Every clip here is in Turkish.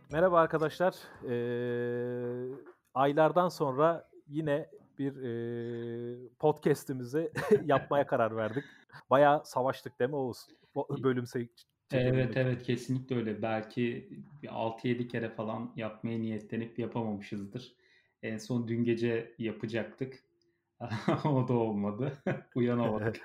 Merhaba arkadaşlar. Aylardan sonra yine bir podcast'imizi yapmaya karar verdik. Bayağı savaştık değil mi Oğuz? O İ bölüm Evet, çekebilmek için. evet, kesinlikle öyle. Belki bir 6-7 kere falan yapmaya niyetlenip yapamamışızdır. En son dün gece yapacaktık. O da olmadı. Uyanamadık.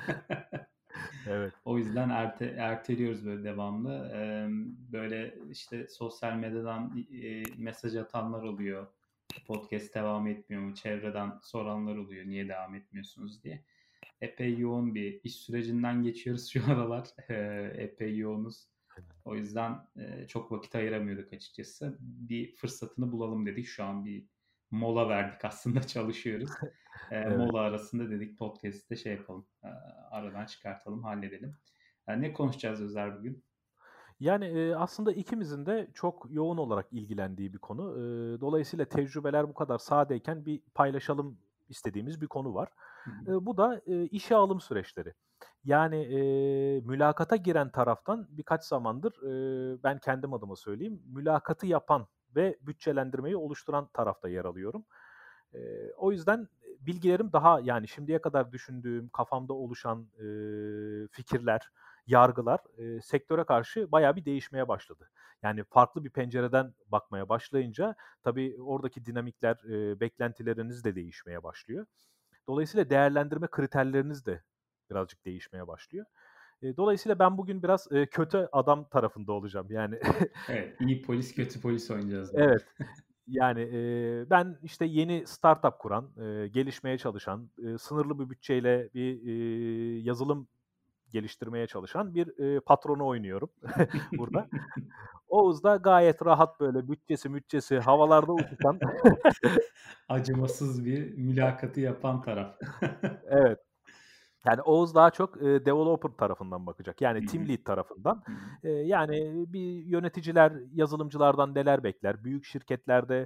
Evet. O yüzden erteliyoruz böyle devamlı. Böyle, işte, sosyal medyadan, mesaj atanlar oluyor. Podcast devam etmiyor mu? Çevreden soranlar oluyor, "Niye devam etmiyorsunuz?" diye. Epey yoğun bir iş sürecinden geçiyoruz şu aralar. Epey yoğunuz. O yüzden, çok vakit ayıramıyorduk açıkçası. Bir fırsatını bulalım dedik. Şu an bir mola verdik aslında çalışıyoruz. Evet. Mola arasında dedik podcast'i de şey yapalım, aradan çıkartalım, halledelim. Ne konuşacağız Özer bugün? Yani, aslında ikimizin de çok yoğun olarak ilgilendiği bir konu. Dolayısıyla tecrübeler bu kadar sahadayken bir paylaşalım istediğimiz bir konu var. Hı hı. Bu da, işe alım süreçleri. Yani, mülakata giren taraftan birkaç zamandır, ben kendim adıma söyleyeyim, mülakatı yapan ve bütçelendirmeyi oluşturan tarafta yer alıyorum. O yüzden, bilgilerim daha, yani, şimdiye kadar düşündüğüm, kafamda oluşan, fikirler, yargılar, sektöre karşı bayağı bir değişmeye başladı. Yani, farklı bir pencereden bakmaya başlayınca tabii oradaki dinamikler, beklentileriniz de değişmeye başlıyor. Dolayısıyla değerlendirme kriterleriniz de birazcık değişmeye başlıyor. Dolayısıyla ben bugün biraz, kötü adam tarafında olacağım. Yani Evet, iyi polis, kötü polis oynayacağız bugün. evet. Yani, ben, işte, yeni startup kuran, gelişmeye çalışan, sınırlı bir bütçeyle bir, yazılım geliştirmeye çalışan bir, patronu oynuyorum burada. Oğuz da gayet rahat, böyle, bütçesi mütçesi havalarda uçuşan. Acımasız bir mülakatı yapan taraf. Evet. Yani Oğuz daha çok, developer tarafından bakacak. Yani Hı team hı. lead tarafından. Hı hı. Yani bir yöneticiler yazılımcılardan neler bekler? Büyük şirketlerde,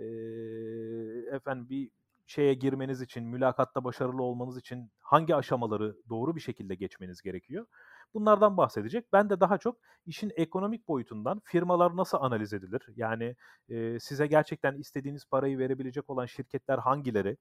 efendim bir şeye girmeniz için, mülakatta başarılı olmanız için hangi aşamaları doğru bir şekilde geçmeniz gerekiyor? Bunlardan bahsedecek. Ben de daha çok işin ekonomik boyutundan firmalar nasıl analiz edilir? Yani, size gerçekten istediğiniz parayı verebilecek olan şirketler hangileri?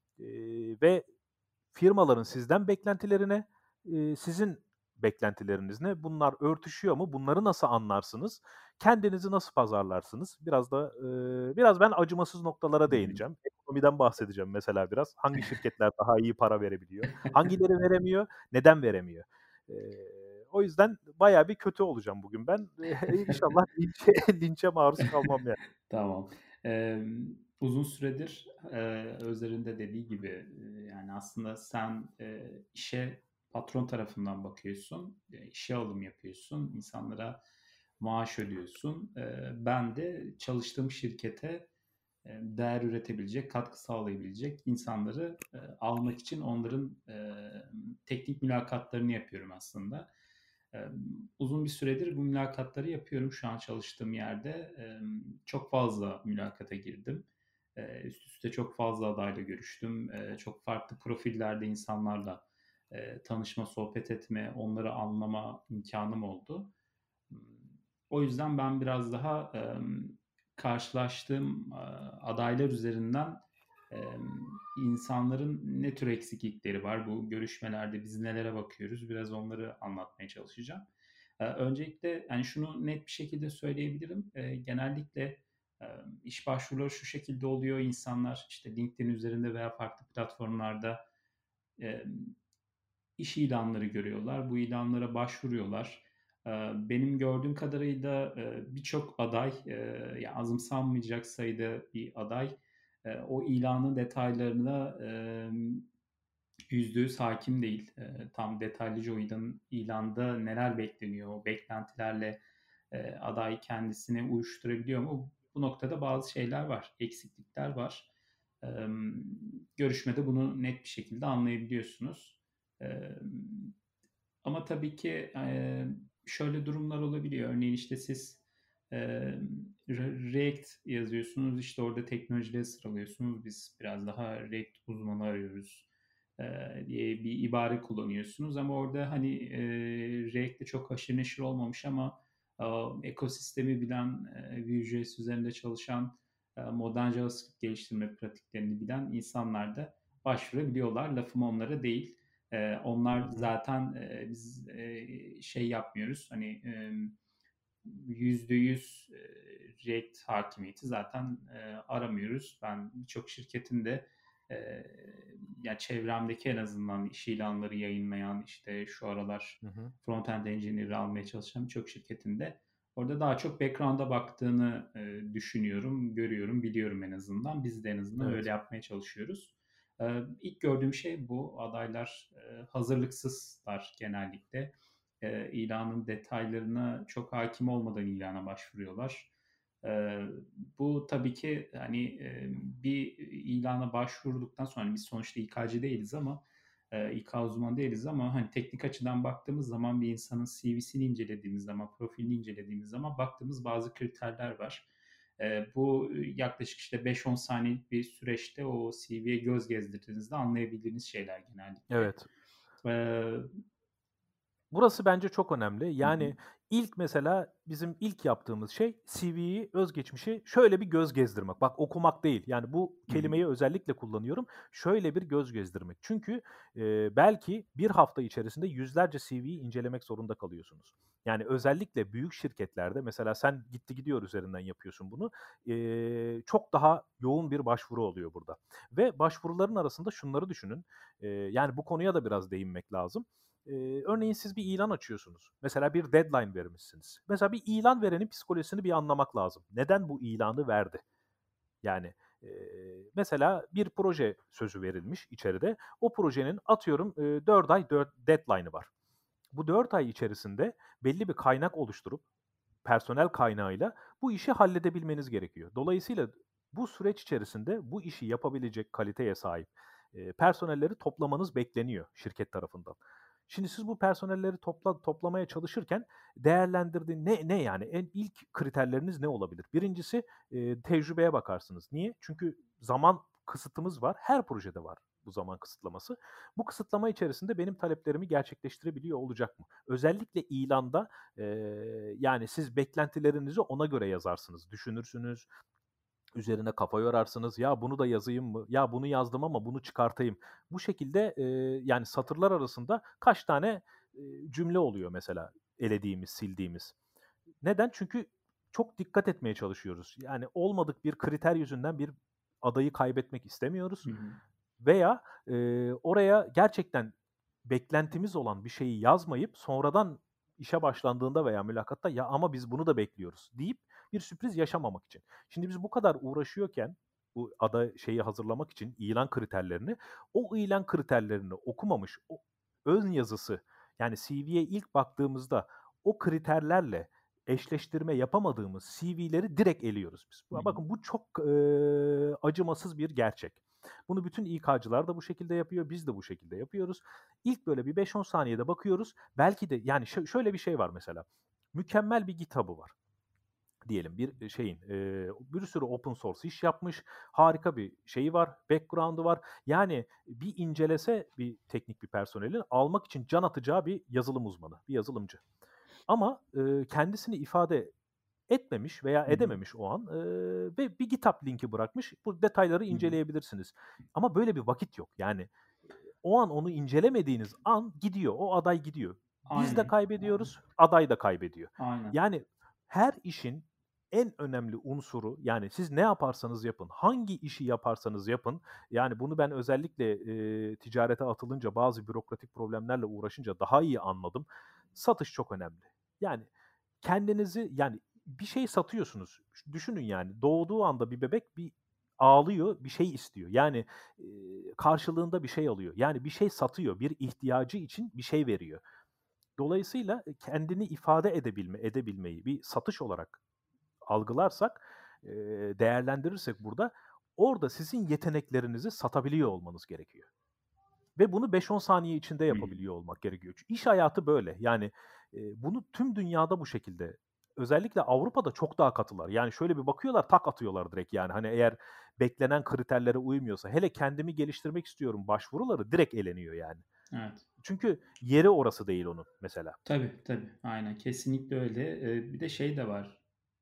Ve firmaların sizden beklentilerine, sizin beklentileriniz ne? Bunlar örtüşüyor mu? Bunları nasıl anlarsınız? Kendinizi nasıl pazarlarsınız? Biraz ben acımasız noktalara Hı hı. değineceğim. Ekonomiden bahsedeceğim mesela biraz. Hangi şirketler daha iyi para verebiliyor? Hangileri veremiyor? Neden veremiyor? O yüzden bayağı bir kötü olacağım bugün ben. İnşallah linçe maruz kalmam yani. Tamam. Uzun süredir, Özer'in de dediği gibi, yani, aslında sen, işe patron tarafından bakıyorsun, işe alım yapıyorsun, insanlara maaş ödüyorsun. Ben de çalıştığım şirkete, değer üretebilecek, katkı sağlayabilecek insanları, almak için onların, teknik mülakatlarını yapıyorum aslında. Uzun bir süredir bu mülakatları yapıyorum şu an çalıştığım yerde. Çok fazla mülakata girdim. Üst üste çok fazla adayla görüştüm. Çok farklı profillerde insanlarla, tanışma, sohbet etme, onları anlama imkânım oldu. O yüzden ben biraz daha, karşılaştığım, adaylar üzerinden, insanların ne tür eksiklikleri var, bu görüşmelerde biz nelere bakıyoruz, biraz onları anlatmaya çalışacağım. Öncelikle, hani, şunu net bir şekilde söyleyebilirim. Genellikle, iş başvuruları şu şekilde oluyor. İnsanlar, işte, LinkedIn üzerinde veya farklı platformlarda, emm iş ilanları görüyorlar. Bu ilanlara başvuruyorlar. Benim gördüğüm kadarıyla, birçok aday, ya, azımsanmayacak sayıda bir aday, o ilanın detaylarına, %100 hâkim değil. Tam detaylıca o ilanda neler bekleniyor, o beklentilerle, aday kendisini uyuşturabiliyor mu? Bu noktada bazı şeyler var, eksiklikler var. Emm, Görüşmede bunu net bir şekilde anlayabiliyorsunuz. Emm, Ama tabii ki, şöyle durumlar olabiliyor. Örneğin, işte, siz, React yazıyorsunuz, işte, orada teknolojileri sıralıyorsunuz. Biz biraz daha React uzmanı arıyoruz, diye bir ibare kullanıyorsunuz ama orada, hani, React'le çok haşır neşir olmamış ama, ekosistemi bilen, Vue.js üzerinde çalışan, modern JavaScript geliştirme pratiklerini bilen insanlar da başvurabiliyorlar. Lafım onlara değil. Hı Onlar hı. zaten, biz, şey yapmıyoruz, hani, %100, React hakimiyeti zaten, aramıyoruz. Ben birçok şirketin de, eee, ya, çevremdeki en azından iş ilanları yayınlayan, işte, şu aralar Hı hı. frontend engineer'i almaya çalışan birçok şirketin de orada daha çok background'a baktığını, düşünüyorum, görüyorum, biliyorum en azından. Biz de en azından öyle Evet. yapmaya çalışıyoruz. İlk gördüğüm şey bu. Adaylar, hazırlıksızlar genellikle. İlanın detaylarına çok hakim olmadan ilana başvuruyorlar. Eee, Bu tabii ki, hani, bir ilana başvurduktan sonra, hani, biz sonuçta İK'cı değiliz ama, İK uzmanı değiliz ama, hani, teknik açıdan baktığımız zaman bir insanın CV'sini incelediğimiz zaman, profilini incelediğimiz zaman baktığımız bazı kriterler var. Bu yaklaşık, işte, 5-10 saniyelik bir süreçte o CV'ye göz gezdirdiğinizde anlayabildiğiniz şeyler genellikle. Evet. Eee Burası bence çok önemli. Hı hı. Yani mesela bizim ilk yaptığımız şey CV'yi, özgeçmişi şöyle bir göz gezdirmek. Bak okumak değil. Yani bu Hı hı. kelimeyi özellikle kullanıyorum. Şöyle bir göz gezdirmek. Çünkü, belki bir hafta içerisinde yüzlerce CV'yi incelemek zorunda kalıyorsunuz. Yani özellikle büyük şirketlerde mesela sen gitti gidiyor üzerinden yapıyorsun bunu. Çok daha yoğun bir başvuru oluyor burada ve başvuruların arasında şunları düşünün. Yani bu konuya da biraz değinmek lazım. Örneğin siz bir ilan açıyorsunuz. Mesela bir deadline vermişsiniz. Mesela bir ilan verenin psikolojisini bir anlamak lazım. Neden bu ilanı verdi? Yani, mesela bir proje sözü verilmiş içeride. O projenin atıyorum, 4 ay deadline'ı var. Bu 4 ay içerisinde belli bir kaynak oluşturup personel kaynağıyla bu işi halledebilmeniz gerekiyor. Dolayısıyla bu süreç içerisinde bu işi yapabilecek kaliteye sahip, personelleri toplamanız bekleniyor şirket tarafından. Şimdi siz bu personelleri toplamaya çalışırken değerlendirdiğin ne yani? İlk kriterleriniz ne olabilir? Birincisi, tecrübeye bakarsınız. Niye? Çünkü zaman kısıtımız var. Her projede var bu zaman kısıtlaması. Bu kısıtlama içerisinde benim taleplerimi gerçekleştirebiliyor olacak mı? Özellikle ilanda, yani siz beklentilerinizi ona göre yazarsınız, düşünürsünüz, üzerine kafa yorarsınız. Ya bunu da yazayım mı? Ya bunu yazdım ama bunu çıkartayım. Bu şekilde, yani satırlar arasında kaç tane, cümle oluyor mesela elediğimiz, sildiğimiz. Neden? Çünkü çok dikkat etmeye çalışıyoruz. Yani olmadık bir kriter yüzünden bir adayı kaybetmek istemiyoruz Hı hı. veya, oraya gerçekten beklentimiz olan bir şeyi yazmayıp sonradan işe başlandığında veya mülakatta "Ya, ama biz bunu da bekliyoruz." deyip bir sürpriz yaşamamak için. Şimdi biz bu kadar uğraşıyorken bu şeyi hazırlamak için ilan kriterlerini, o ilan kriterlerini okumamış, o ön yazısı, yani CV'ye ilk baktığımızda o kriterlerle eşleştirme yapamadığımız CV'leri direkt eliyoruz biz. Hı hı. Bakın bu çok, acımasız bir gerçek. Bunu bütün İK'cılar da bu şekilde yapıyor, biz de bu şekilde yapıyoruz. İlk böyle bir 5-10 saniyede bakıyoruz. Belki de yani şöyle bir şey var mesela. Mükemmel bir GitHub'ı var diyelim bir şeyin, bir sürü open source iş yapmış, harika bir şeyi var, background'u var. Yani bir incelese bir teknik bir personelin almak için can atacağı bir yazılım uzmanı, bir yazılımcı. Ama, kendisini ifade etmemiş veya Hı hı. edememiş o an, ve bir GitHub linki bırakmış. Bu detayları Hı hı. inceleyebilirsiniz. Ama böyle bir vakit yok. Yani, o an onu incelemediğiniz an gidiyor, o aday gidiyor. Biz de Aynen. kaybediyoruz, aday da kaybediyor. Aynen. Yani her işin en önemli unsuru, yani siz ne yaparsanız yapın, hangi işi yaparsanız yapın, yani bunu ben özellikle, ticarete atılınca, bazı bürokratik problemlerle uğraşınca daha iyi anladım. Satış çok önemli. Yani kendinizi, yani bir şey satıyorsunuz. Düşünün yani doğduğu anda bir bebek bir ağlıyor, bir şey istiyor. Yani, karşılığında bir şey alıyor. Yani bir şey satıyor, bir ihtiyacı için bir şey veriyor. Dolayısıyla, kendini ifade edebilmeyi bir satış olarak algılarsak, değerlendirirsek burada, orada sizin yeteneklerinizi satabiliyor olmanız gerekiyor. Ve bunu 5-10 saniye içinde Hı hı. yapabiliyor olmak gerekiyor. İş hayatı böyle. Yani, bunu tüm dünyada bu şekilde özellikle Avrupa'da çok daha katılar. Yani şöyle bir bakıyorlar, tak atıyorlar direkt yani. Hani eğer beklenen kriterlere uymuyorsa, hele kendimi geliştirmek istiyorum başvuruları direkt eleniyor yani. Evet. Çünkü yeri orası değil onun mesela. Tabii, tabii. Aynen, kesinlikle öyle. Bir de şey de var.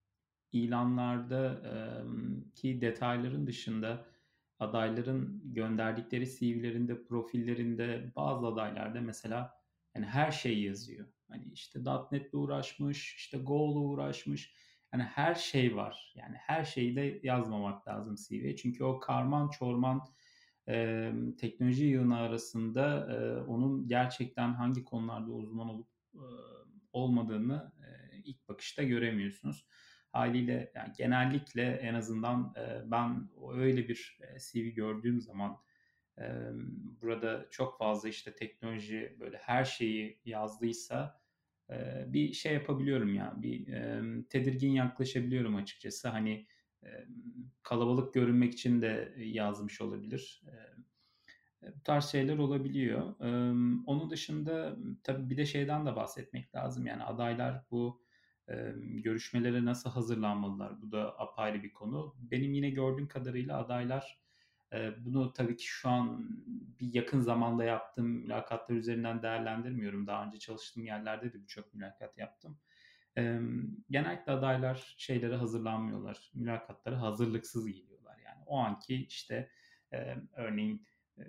İlanlarda ki detayların dışında adayların gönderdikleri CV'lerinde, profillerinde bazı adaylarda mesela yani her şey yazıyor. Hani işte .NET'le uğraşmış, işte Go'la uğraşmış. Yani her şey var. Yani her şeyi de yazmamak lazım CV'ye. Çünkü o karman çorman teknoloji yığını arasında onun gerçekten hangi konularda uzman olup olmadığını ilk bakışta göremiyorsunuz. Haliyle yani genellikle en azından ben öyle bir CV gördüğüm zaman e, burada çok fazla işte teknoloji böyle her şeyi yazdıysa bir şey yapabiliyorum ya bir tedirgin yaklaşabiliyorum açıkçası. Hani e, kalabalık görünmek için de yazmış olabilir. Bu tarz şeyler olabiliyor. Onun dışında tabii bir de şeyden de bahsetmek lazım. Yani adaylar bu görüşmelere nasıl hazırlanmalılar? Bu da apayrı bir konu. Benim yine gördüğüm kadarıyla adaylar bunu tabii ki şu an bir yakın zamanda yaptığım mülakatlar üzerinden değerlendirmiyorum. Daha önce çalıştığım yerlerde de birçok mülakat yaptım. Genellikle adaylar şeylere hazırlanmıyorlar. Mülakatlara hazırlıksız geliyorlar. Yani o anki işte örneğin e,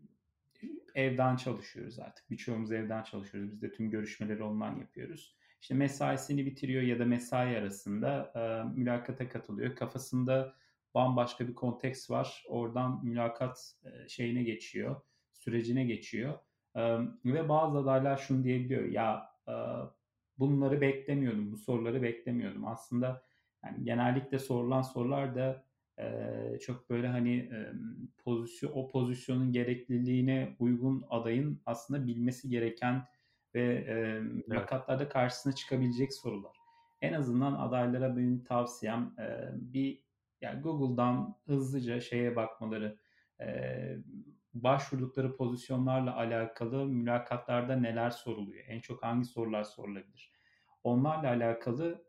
evden çalışıyoruz artık. Birçoğumuz evden çalışıyoruz. Biz de tüm görüşmeleri online yapıyoruz. İşte mesaisini bitiriyor ya da mesai arasında mülakata katılıyor. Kafasında bambaşka bir konteks var. Oradan mülakat şeyine geçiyor, sürecine geçiyor. E, Ve bazı adaylar şunu diyebiliyor. Ya bunları beklemiyordum, bu soruları beklemiyordum. Aslında yani genellikle sorulan sorular da çok böyle hani o pozisyonun gerekliliğine uygun adayın aslında bilmesi gereken ve Evet. mülakatlarda karşısına çıkabilecek sorular. En azından adaylara benim tavsiyem bir yani Google'dan hızlıca şeye bakmaları, e, başvurdukları pozisyonlarla alakalı mülakatlarda neler soruluyor, en çok hangi sorular sorulabilir. Onlarla alakalı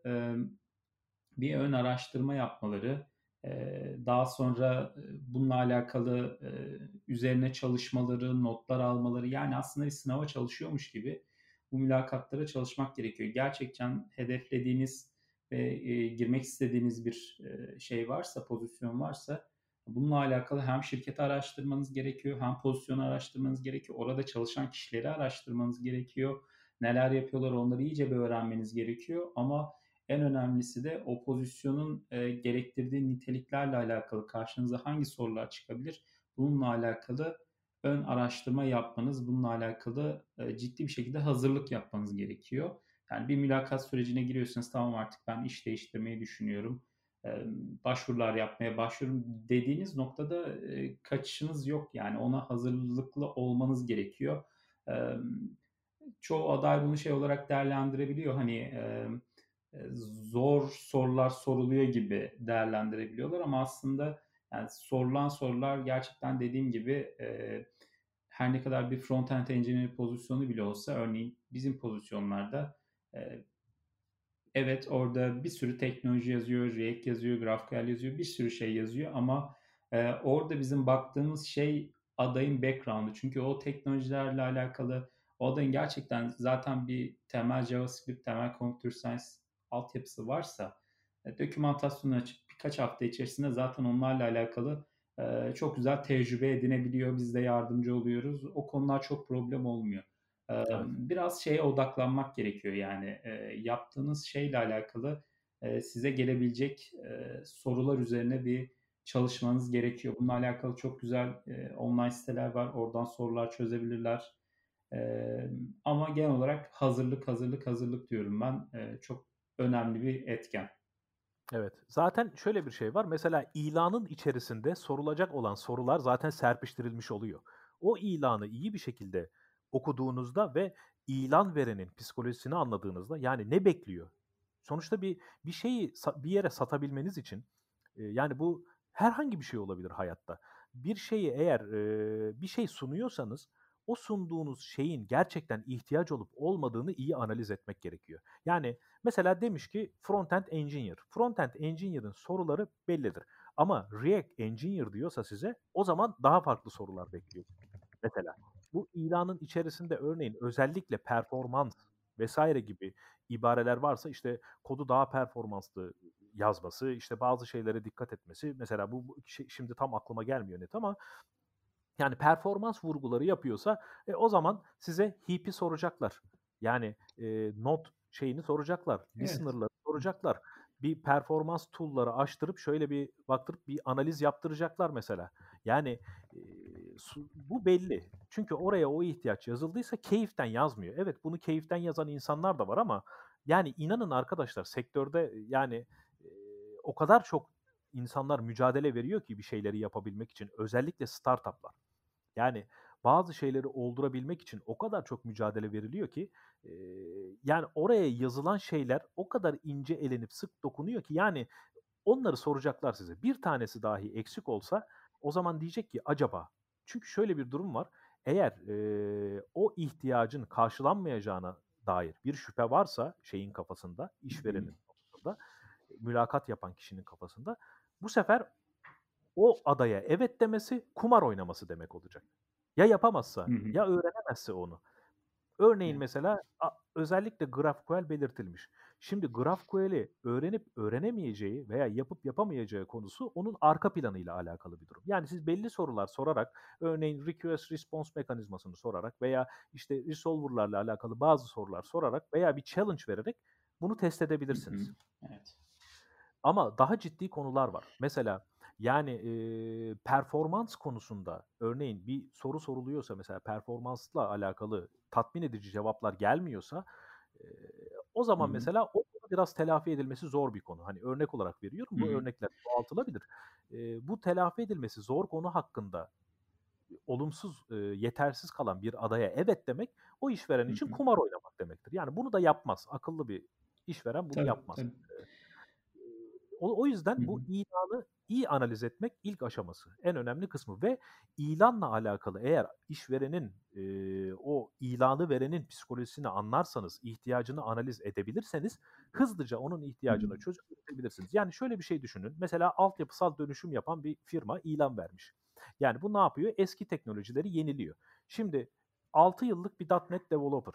bir ön araştırma yapmaları, daha sonra bununla alakalı üzerine çalışmaları, notlar almaları yani aslında bir sınava çalışıyormuş gibi bu mülakatlara çalışmak gerekiyor. Gerçekten hedeflediğiniz ve girmek istediğiniz bir şey varsa, pozisyon varsa bununla alakalı hem şirketi araştırmanız gerekiyor, hem pozisyonu araştırmanız gerekiyor. Orada çalışan kişileri araştırmanız gerekiyor. Neler yapıyorlar onları iyice bir öğrenmeniz gerekiyor. Ama en önemlisi de o pozisyonun gerektirdiği niteliklerle alakalı karşınıza hangi sorular çıkabilir? Bununla alakalı ön araştırma yapmanız, bununla alakalı ciddi bir şekilde hazırlık yapmanız gerekiyor. Yani bir mülakat sürecine giriyorsanız tamam artık ben iş değiştirmeyi düşünüyorum. Başvurular yapmaya başlıyorum dediğiniz noktada kaçışınız yok. Yani ona hazırlıklı olmanız gerekiyor. E, Çoğu aday bunu şey olarak değerlendirebiliyor. Hani zor sorular soruluyor gibi değerlendirebiliyorlar ama aslında yani sorulan sorular gerçekten dediğim gibi her ne kadar bir front-end engineer pozisyonu bile olsa örneğin bizim pozisyonlarda e, evet orada bir sürü teknoloji yazıyor, React yazıyor, GraphQL yazıyor, bir sürü şey yazıyor ama orada bizim baktığımız şey adayın background'ı. Çünkü o teknolojilerle alakalı o adayın gerçekten zaten bir temel JavaScript, temel Computer Science altyapısı varsa dokümantasyonu açıp birkaç hafta içerisinde zaten onlarla alakalı çok güzel tecrübe edinebiliyor. Biz de yardımcı oluyoruz. O konular çok problem olmuyor. Evet. Biraz şeye odaklanmak gerekiyor yani yaptığınız şeyle alakalı size gelebilecek sorular üzerine bir çalışmanız gerekiyor. Bununla alakalı çok güzel online siteler var. Oradan sorular çözebilirler. Ama genel olarak hazırlık diyorum ben. Çok önemli bir etken. Evet. Zaten şöyle bir şey var. Mesela ilanın içerisinde sorulacak olan sorular zaten serpiştirilmiş oluyor. O ilanı iyi bir şekilde okuduğunuzda ve ilan verenin psikolojisini anladığınızda yani ne bekliyor? Sonuçta bir şeyi bir yere satabilmeniz için yani bu herhangi bir şey olabilir hayatta. Bir şeyi eğer bir şey sunuyorsanız o sunduğunuz şeyin gerçekten ihtiyaç olup olmadığını iyi analiz etmek gerekiyor. Yani mesela demiş ki Frontend Engineer. Frontend Engineer'ın soruları bellidir. Ama React Engineer diyorsa size o zaman daha farklı sorular bekliyor mesela. Bu ilanın içerisinde örneğin özellikle performans vesaire gibi ibareler varsa işte kodu daha performanslı yazması, işte bazı şeylere dikkat etmesi. Mesela bu şimdi tam aklıma gelmiyor net ama yani performans vurguları yapıyorsa o zaman size heap'i soracaklar. Yani node şeyini soracaklar, Evet. listener'ları soracaklar. Bir performans tool'ları açtırıp şöyle bir baktırıp bir analiz yaptıracaklar mesela. Yani bu belli. Çünkü oraya o ihtiyaç yazıldıysa keyiften yazmıyor. Evet, bunu keyiften yazan insanlar da var ama yani inanın arkadaşlar sektörde yani eee, o kadar çok insanlar mücadele veriyor ki bir şeyleri yapabilmek için. Özellikle startup'lar. Yani bazı şeyleri oldurabilmek için o kadar çok mücadele veriliyor ki, yani oraya yazılan şeyler o kadar ince elenip sık dokunuyor ki yani onları soracaklar size. Bir tanesi dahi eksik olsa o zaman diyecek ki acaba? Çünkü şöyle bir durum var. Eğer, o ihtiyacın karşılanmayacağına dair bir şüphe varsa şeyin kafasında, Hı hı. işverenin kafasında, mülakat yapan kişinin kafasında, bu sefer o adaya evet demesi, kumar oynaması demek olacak. Ya Hı yapamazsa, hı. ya öğrenemezse onu. Örneğin Evet. mesela özellikle GraphQL belirtilmiş. Şimdi GraphQL'i öğrenip öğrenemeyeceği veya yapıp yapamayacağı konusu onun arka planıyla alakalı bir durum. Yani siz belli sorular sorarak, örneğin request response mekanizmasını sorarak veya işte resolver'larla alakalı bazı sorular sorarak veya bir challenge vererek bunu test Hı hı. edebilirsiniz. Evet. Ama daha ciddi konular var. Mesela yani, performans konusunda örneğin bir soru soruluyorsa mesela performansla alakalı tatmin edici cevaplar gelmiyorsa, eee, o Hı zaman hı. mesela o konu biraz telafi edilmesi zor bir konu. Hani örnek olarak veriyorum, Hı bu hı. örnekler çoğaltılabilir. Bu telafi edilmesi zor konu hakkında olumsuz, yetersiz kalan bir adaya evet demek, o işveren Hı için hı. kumar oynamak demektir. Yani bunu da yapmaz. Akıllı bir işveren bunu Tabii, yapmaz. tabii. O Hı yüzden bu hı. ilanı iyi analiz etmek ilk aşaması, en önemli kısmı ve ilanla alakalı eğer işverenin, o ilanı verenin psikolojisini anlarsanız, ihtiyacını analiz edebilirseniz hızlıca onun Hı hı. ihtiyacına çözüm üretebilirsiniz. Yani şöyle bir şey düşünün, mesela altyapısal dönüşüm yapan bir firma ilan vermiş. Yani bu ne yapıyor? Eski teknolojileri yeniliyor. Şimdi 6 yıllık bir .NET developer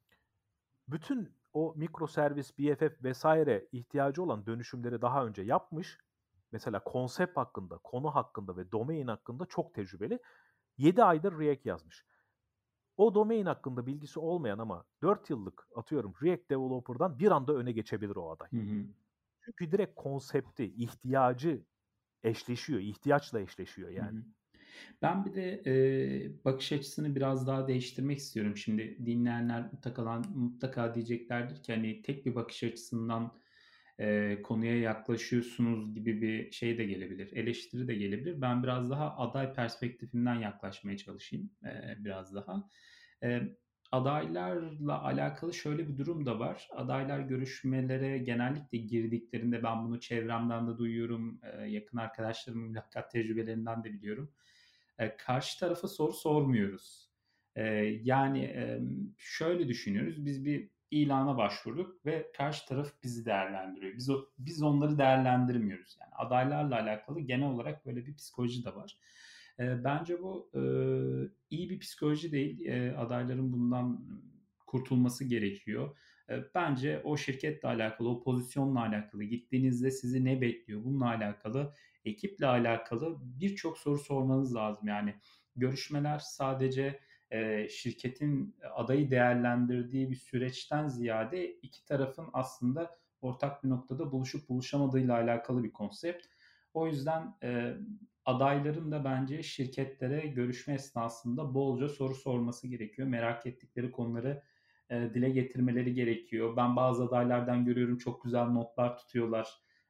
bütün o mikroservis, BFF vesaire ihtiyacı olan dönüşümleri daha önce yapmış. Mesela konsept hakkında, konu hakkında ve domain hakkında çok tecrübeli. 7 aydır React yazmış. O domain hakkında bilgisi olmayan ama 4 yıllık atıyorum React developer'dan bir anda öne geçebilir o aday. Hı hı. Çünkü direkt konsepti, ihtiyacı eşleşiyor, ihtiyaçla eşleşiyor Hı yani. hı. Ben bir de, bakış açısını biraz daha değiştirmek istiyorum. Şimdi dinleyenler mutlaka diyeceklerdir ki, hani, tek bir bakış açısından, konuya yaklaşıyorsunuz gibi bir şey de gelebilir, eleştiri de gelebilir. Ben biraz daha aday perspektifinden yaklaşmaya çalışayım, biraz daha. Eee, Adaylarla alakalı şöyle bir durum da var. Adaylar görüşmelere genellikle girdiklerinde ben bunu çevremden de duyuyorum, yakın arkadaşlarımın mülakat tecrübelerinden de biliyorum. Karşı tarafa soru sormuyoruz. Yani, şöyle düşünüyoruz, biz bir ilana başvurduk ve karşı taraf bizi değerlendiriyor. Biz onları değerlendirmiyoruz. Yani adaylarla alakalı genel olarak böyle bir psikoloji de var. Bence bu, iyi bir psikoloji değil. Adayların bundan kurtulması gerekiyor. Bence o şirketle alakalı, o pozisyonla alakalı, gittiğinizde sizi ne bekliyor, bununla alakalı, ekiple alakalı birçok soru sormanız lazım. Yani görüşmeler sadece, şirketin adayı değerlendirdiği bir süreçten ziyade iki tarafın aslında ortak bir noktada buluşup buluşamadığıyla alakalı bir konsept. O yüzden, adayların da bence şirketlere görüşme esnasında bolca soru sorması gerekiyor. Merak ettikleri konuları, dile getirmeleri gerekiyor. Ben bazı adaylardan görüyorum, çok güzel notlar tutuyorlar,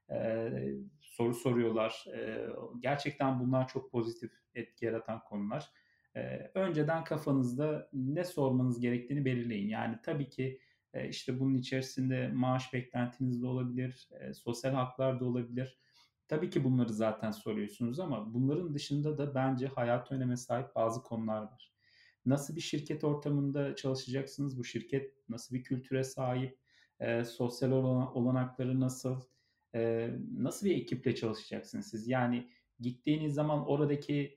soru soruyorlar. Gerçekten bunlar çok pozitif etki yaratan konular. Önceden kafanızda ne sormanız gerektiğini belirleyin. Yani tabii ki, işte, bunun içerisinde maaş beklentiniz de olabilir, sosyal haklar da olabilir. Tabii ki bunları zaten soruyorsunuz ama bunların dışında da bence hayati öneme sahip bazı konular var. Nasıl bir şirket ortamında çalışacaksınız? Bu şirket nasıl bir kültüre sahip? Sosyal olanakları nasıl? Nasıl bir ekiple çalışacaksınız siz? Yani gittiğiniz zaman oradaki,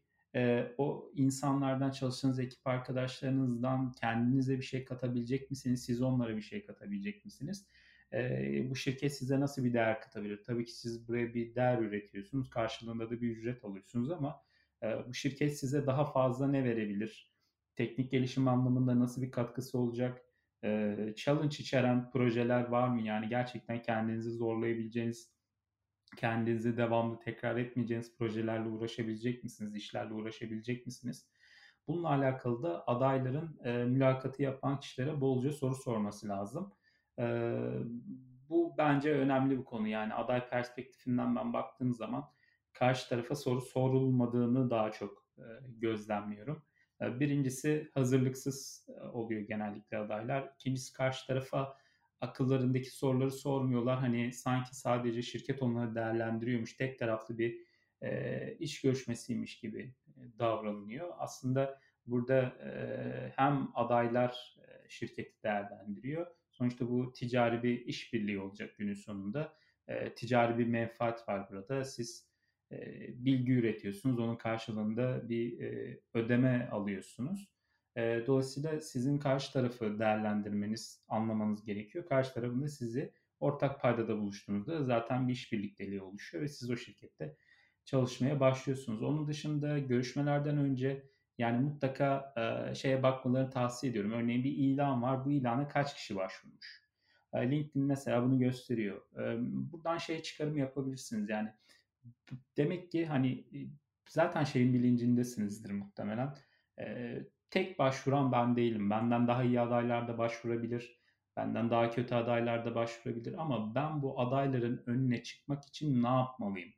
o insanlardan, çalıştığınız ekip arkadaşlarınızdan kendinize bir şey katabilecek misiniz? Siz onlara bir şey katabilecek misiniz? Bu şirket size nasıl bir değer katabilir? Tabii ki siz buraya bir değer üretiyorsunuz, karşılığında da bir ücret alıyorsunuz ama, bu şirket size daha fazla ne verebilir? Teknik gelişim anlamında nasıl bir katkısı olacak? Challenge içeren projeler var mı? Yani gerçekten kendinizi zorlayabileceğiniz, kendinizi devamlı tekrar etmeyeceğiniz projelerle uğraşabilecek misiniz? İşlerle uğraşabilecek misiniz? Bununla alakalı da adayların, mülakatı yapan kişilere bolca soru sorması lazım. Eee, Bu bence önemli bir konu. Yani aday perspektifinden ben baktığım zaman karşı tarafa soru sorulmadığını daha çok, gözlemliyorum. 1'incisi hazırlıksız, oluyor genellikle adaylar. 2'ncisi karşı tarafa akıllarındaki soruları sormuyorlar. Hani sanki sadece şirket onları değerlendiriyormuş, tek taraflı bir, iş görüşmesiymiş gibi, davranılıyor. Aslında burada, hem adaylar, şirketi değerlendiriyor. Sonuçta bu ticari bir işbirliği olacak günün sonunda. Ticari bir menfaat var burada. Siz, bilgi üretiyorsunuz, onun karşılığında bir, ödeme alıyorsunuz. Dolayısıyla sizin karşı tarafı değerlendirmeniz, anlamanız gerekiyor. Karşı tarafın da sizi ortak paydada buluştuğunuzda zaten bir iş birlikteliği oluşuyor ve siz o şirkette çalışmaya başlıyorsunuz. Onun dışında görüşmelerden önce yani mutlaka şeye bakmalarını tavsiye ediyorum. Örneğin bir ilan var. Bu ilana kaç kişi başvurmuş? LinkedIn mesela bunu gösteriyor. Buradan şey çıkarım yapabilirsiniz. Yani demek ki hani zaten şeyin bilincindesinizdir muhtemelen. Tek başvuran ben değilim. Benden daha iyi adaylar da başvurabilir. Benden daha kötü adaylar da başvurabilir. Ama ben bu adayların önüne çıkmak için ne yapmalıyım?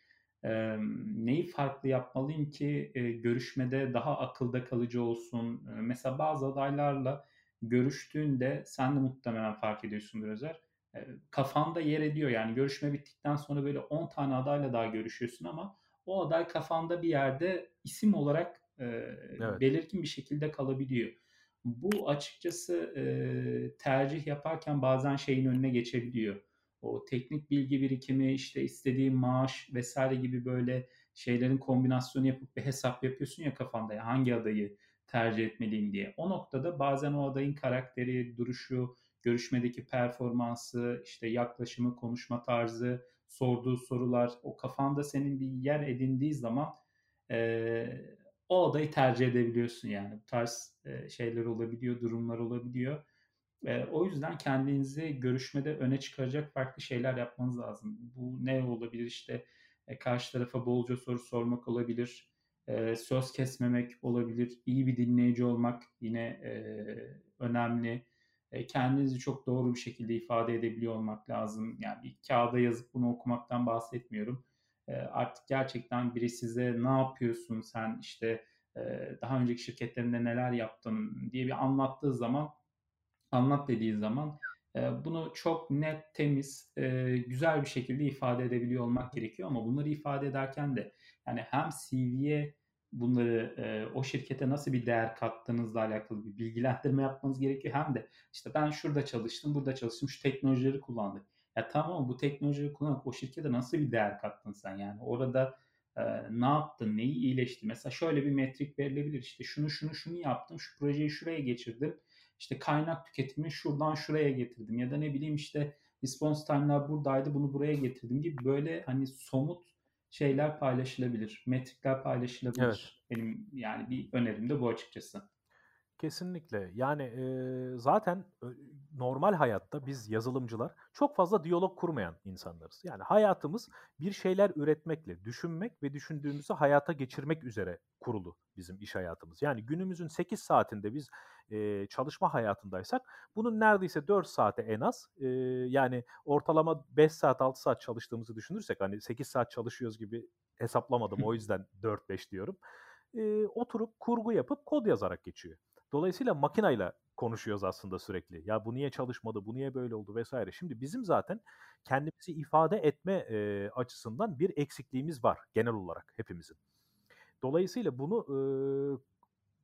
Neyi farklı yapmalıyım ki görüşmede daha akılda kalıcı olsun? Mesela bazı adaylarla görüştüğünde sen de muhtemelen fark ediyorsundur Özer. Kafanda yer ediyor yani görüşme bittikten sonra böyle 10 tane adayla daha görüşüyorsun ama o aday kafanda bir yerde isim olarak Evet. belirgin bir şekilde kalabiliyor. Bu açıkçası tercih yaparken bazen şeyin önüne geçebiliyor. O teknik bilgi birikimi, işte istediğin maaş vesaire gibi böyle şeylerin kombinasyonu yapıp bir hesap yapıyorsun ya kafanda ya hangi adayı tercih etmeliyim diye. O noktada bazen o adayın karakteri, duruşu, görüşmedeki performansı, işte yaklaşımı, konuşma tarzı, sorduğu sorular, o kafanda senin bir yer edindiği zaman eee, o adayı tercih edebiliyorsun yani. Bu tarz şeyler olabiliyor, durumlar olabiliyor. O yüzden kendinizi görüşmede öne çıkaracak farklı şeyler yapmanız lazım. Bu ne olabilir? İşte, karşı tarafa bolca soru sormak olabilir, söz kesmemek olabilir, iyi bir dinleyici olmak yine, önemli. Kendinizi çok doğru bir şekilde ifade edebiliyor olmak lazım. Yani bir kağıda yazıp bunu okumaktan bahsetmiyorum. Artık gerçekten biri size "Ne yapıyorsun sen?", işte, "Daha önceki şirketlerinde neler yaptın?" diye bir anlat dediği zaman, bunu çok net, temiz, güzel bir şekilde ifade edebiliyor olmak gerekiyor ama bunları ifade ederken de yani hem CV'ye bunları, o şirkete nasıl bir değer kattığınızla alakalı bir bilgilendirme yapmanız gerekiyor hem de işte ben şurada çalıştım, burada çalıştım, şu teknolojileri kullandık. Ya tamam ama bu teknolojileri kullanarak o şirkete nasıl bir değer kattın sen yani? Orada, ne yaptın, neyi iyileştirdin? Mesela şöyle bir metrik verilebilir, işte şunu yaptım, şu projeyi şuraya geçirdim, işte kaynak tüketimini şuradan şuraya getirdim ya da ne bileyim işte response time'lar buradaydı bunu buraya getirdim gibi böyle hani somut şeyler paylaşılabilir. Metrikler Evet. paylaşılabilir. Benim yani bir önerim de bu açıkçası. Kesinlikle. Yani, zaten normal hayatta biz yazılımcılar çok fazla diyalog kurmayan insanlarız. Yani hayatımız bir şeyler üretmekle, düşünmek ve düşündüğümüzü hayata geçirmek üzere kurulu bizim iş hayatımız. Yani günümüzün 8 saatinde biz, çalışma hayatındaysak bunun neredeyse 4 saati en az, yani ortalama 5 saat, 6 saat çalıştığımızı düşünürsek, hani 8 saat çalışıyoruz gibi hesaplamadım o yüzden 4-5 diyorum. Oturup kurgu yapıp kod yazarak geçiyor. Dolayısıyla makinayla konuşuyoruz aslında sürekli. Ya bu niye çalışmadı, bu niye böyle oldu vesaire. Şimdi bizim zaten kendimizi ifade etme, açısından bir eksikliğimiz var genel olarak hepimizin. Dolayısıyla bunu,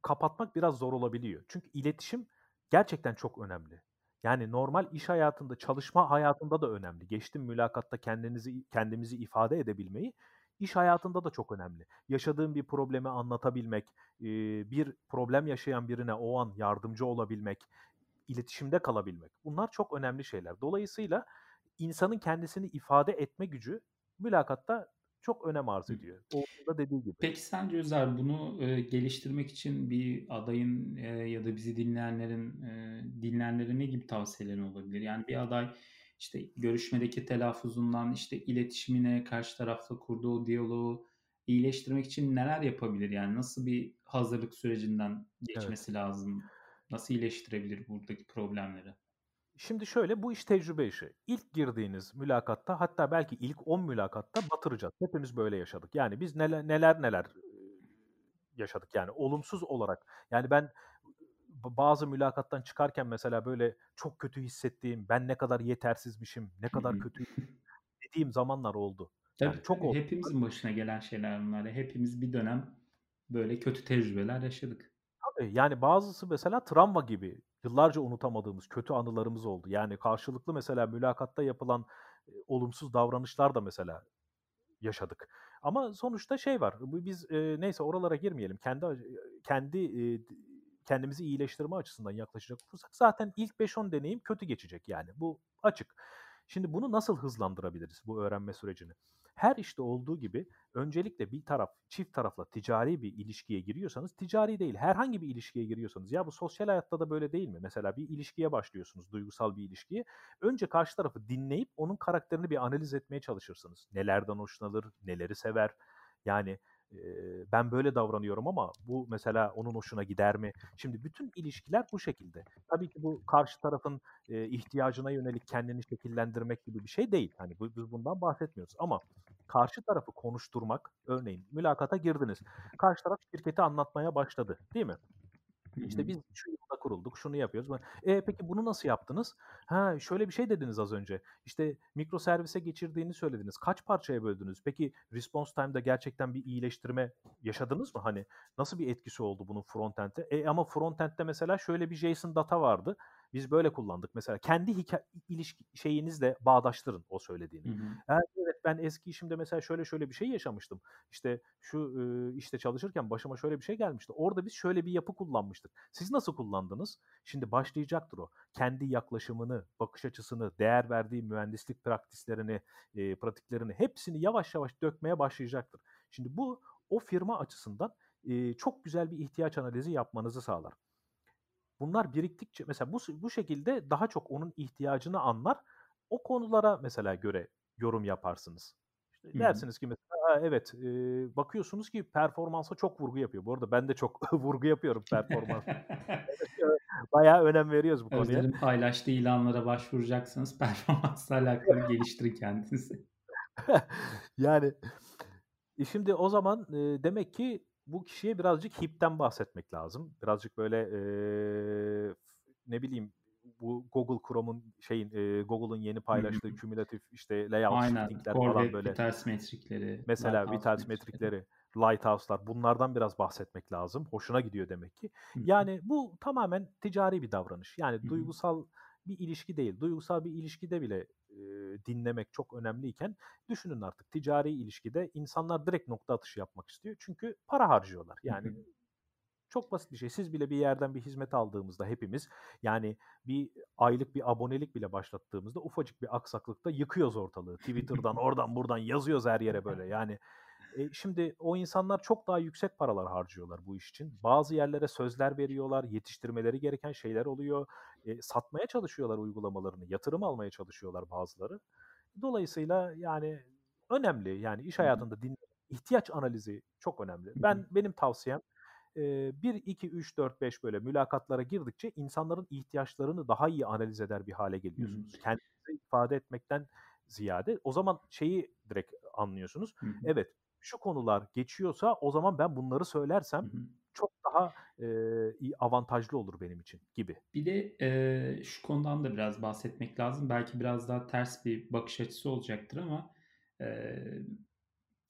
kapatmak biraz zor olabiliyor. Çünkü iletişim gerçekten çok önemli. Yani normal iş hayatında, çalışma hayatında da önemli. Geçtim mülakatta kendimizi ifade edebilmeyi, iş hayatında da çok önemli. Yaşadığın bir problemi anlatabilmek, bir problem yaşayan birine o an yardımcı olabilmek, iletişimde kalabilmek. Bunlar çok önemli şeyler. Dolayısıyla insanın kendisini ifade etme gücü mülakatta çok önem arz Hı. ediyor. Oğuz'un da dediği gibi. Peki sence Özer bunu, geliştirmek için bir adayın, ya da bizi dinleyenlere ne gibi tavsiyelerin olabilir? Yani bir aday, işte, görüşmedeki telaffuzundan, işte, iletişimine, karşı tarafla kurduğu diyaloğu iyileştirmek için neler yapabilir? Yani nasıl bir hazırlık sürecinden Evet. geçmesi lazım? Nasıl iyileştirebilir buradaki problemleri? Şimdi şöyle, bu iş tecrübe işi. İlk girdiğiniz mülakatta, hatta belki ilk 10 mülakatta batıracağız. Hepimiz böyle yaşadık. Yani biz neler yaşadık yani olumsuz olarak. Yani ben bazı mülakattan çıkarken mesela böyle çok kötü hissettiğim, ben ne kadar yetersizmişim, ne Hı kadar hı. kötü dediğim zamanlar oldu. Yani Tabii, çok tabii. oldu. Hepimizin başına gelen şeyler bunlar. Hepimiz bir dönem böyle kötü tecrübeler yaşadık. Tabii, yani bazısı mesela travma gibi yıllarca unutamadığımız kötü anılarımız oldu. Yani karşılıklı mesela mülakatta yapılan, olumsuz davranışlar da mesela yaşadık. Ama sonuçta şey var, biz, neyse oralara girmeyelim. Kendimizi iyileştirme açısından yaklaşacak olursak zaten ilk 5-10 deneyim kötü geçecek yani. Bu açık. Şimdi bunu nasıl hızlandırabiliriz bu öğrenme sürecini? Her işte olduğu gibi öncelikle bir taraf çift tarafla ticari bir ilişkiye giriyorsanız, ticari değil herhangi bir ilişkiye giriyorsanız, ya bu sosyal hayatta da böyle değil mi? Mesela bir ilişkiye başlıyorsunuz, duygusal bir ilişkiye. Önce karşı tarafı dinleyip onun karakterini bir analiz etmeye çalışırsınız. Nelerden hoşlanır, neleri sever? Yani, ben böyle davranıyorum ama bu mesela onun hoşuna gider mi? Şimdi bütün ilişkiler bu şekilde. Tabii ki bu karşı tarafın, ihtiyacına yönelik kendini şekillendirmek gibi bir şey değil. Hani, biz bundan bahsetmiyoruz ama karşı tarafı konuşturmak, örneğin mülakata girdiniz. Karşı taraf şirketi anlatmaya başladı, değil mi? Hı hı. İşte biz şu yılda kurulduk, şunu yapıyoruz. Peki bunu nasıl yaptınız? Ha, şöyle bir şey dediniz az önce. İşte mikroservise geçirdiğini söylediniz. Kaç parçaya böldünüz? Peki response time'da gerçekten bir iyileştirme yaşadınız mı? Hani nasıl bir etkisi oldu bunun frontend'e? Ama frontend'de mesela şöyle bir JSON data vardı. Biz böyle kullandık mesela. Kendi ilişki şeyinizle bağdaştırın o Hı söylediğini. hı. Evet, ben eski işimde mesela şöyle bir şey yaşamıştım. İşte şu, işte çalışırken başıma şöyle bir şey gelmişti. Orada biz şöyle bir yapı kullanmıştık. Siz nasıl kullandınız? Şimdi başlayacaktır o. Kendi yaklaşımını, bakış açısını, değer verdiği mühendislik pratiklerini hepsini yavaş yavaş dökmeye başlayacaktır. Şimdi bu o firma açısından, çok güzel bir ihtiyaç analizi yapmanızı sağlar. Bunlar biriktikçe mesela bu şekilde daha çok onun ihtiyacını anlar, o konulara mesela göre yorum yaparsınız. İşte Hı hı. dersiniz ki mesela, "A, evet." Bakıyorsunuz ki performansa çok vurgu yapıyor. Bu arada ben de çok vurgu yapıyorum performansa. Bayağı önem veriyoruz bu konuya. Özer'in paylaştığı ilanlara başvuracaksanız performansla alakalı geliştirin kendinizi. Yani, şimdi o zaman, demek ki bu kişiye birazcık HIP'ten bahsetmek lazım. Birazcık böyle, ne bileyim, bu Google Chrome'un Google'ın yeni Hı hı. paylaştığı kümülatif, işte, layout Aynen. shifting'ler Core falan Web böyle Vitals metrikleri, mesela Lighthouse Vitals metrikleri. metrikleri, Lighthouse'lar bunlardan biraz bahsetmek lazım. Hoşuna gidiyor demek ki. Hı hı. Yani bu tamamen ticari bir davranış. Hı Yani hı. duygusal bir ilişki değil. Duygusal bir ilişkide bile, dinlemek çok önemliyken düşünün artık ticari ilişkide insanlar direkt nokta atışı yapmak istiyor. Çünkü para harcıyorlar. Hı hı. Yani çok basit bir şey. Siz bile bir yerden bir hizmet aldığımızda hepimiz, yani bir aylık bir abonelik bile başlattığımızda ufacık bir aksaklıkta yıkıyoruz ortalığı. Twitter'dan, oradan buradan yazıyoruz her yere böyle. Yani, şimdi o insanlar çok daha yüksek paralar harcıyorlar bu iş için. Bazı yerlere sözler veriyorlar, yetiştirmeleri gereken şeyler oluyor. Satmaya çalışıyorlar uygulamalarını, yatırım almaya çalışıyorlar bazıları. Dolayısıyla yani önemli. Yani iş Hı hı. hayatında ihtiyaç analizi çok önemli. Hı hı. Benim tavsiyem, 1, 2, 3, 4, 5 böyle mülakatlara girdikçe insanların ihtiyaçlarını daha iyi analiz eder bir hâle Hı hı. geliyorsunuz. Kendinizi ifade etmekten ziyade o zaman şeyi direkt anlıyorsunuz. Hı hı. Evet, şu konular geçiyorsa o zaman ben bunları Hı söylersem hı. çok daha, iyi avantajlı olur benim için gibi. Bir de, şu konudan da biraz bahsetmek lazım. Belki biraz daha ters bir bakış açısı olacaktır ama, eee,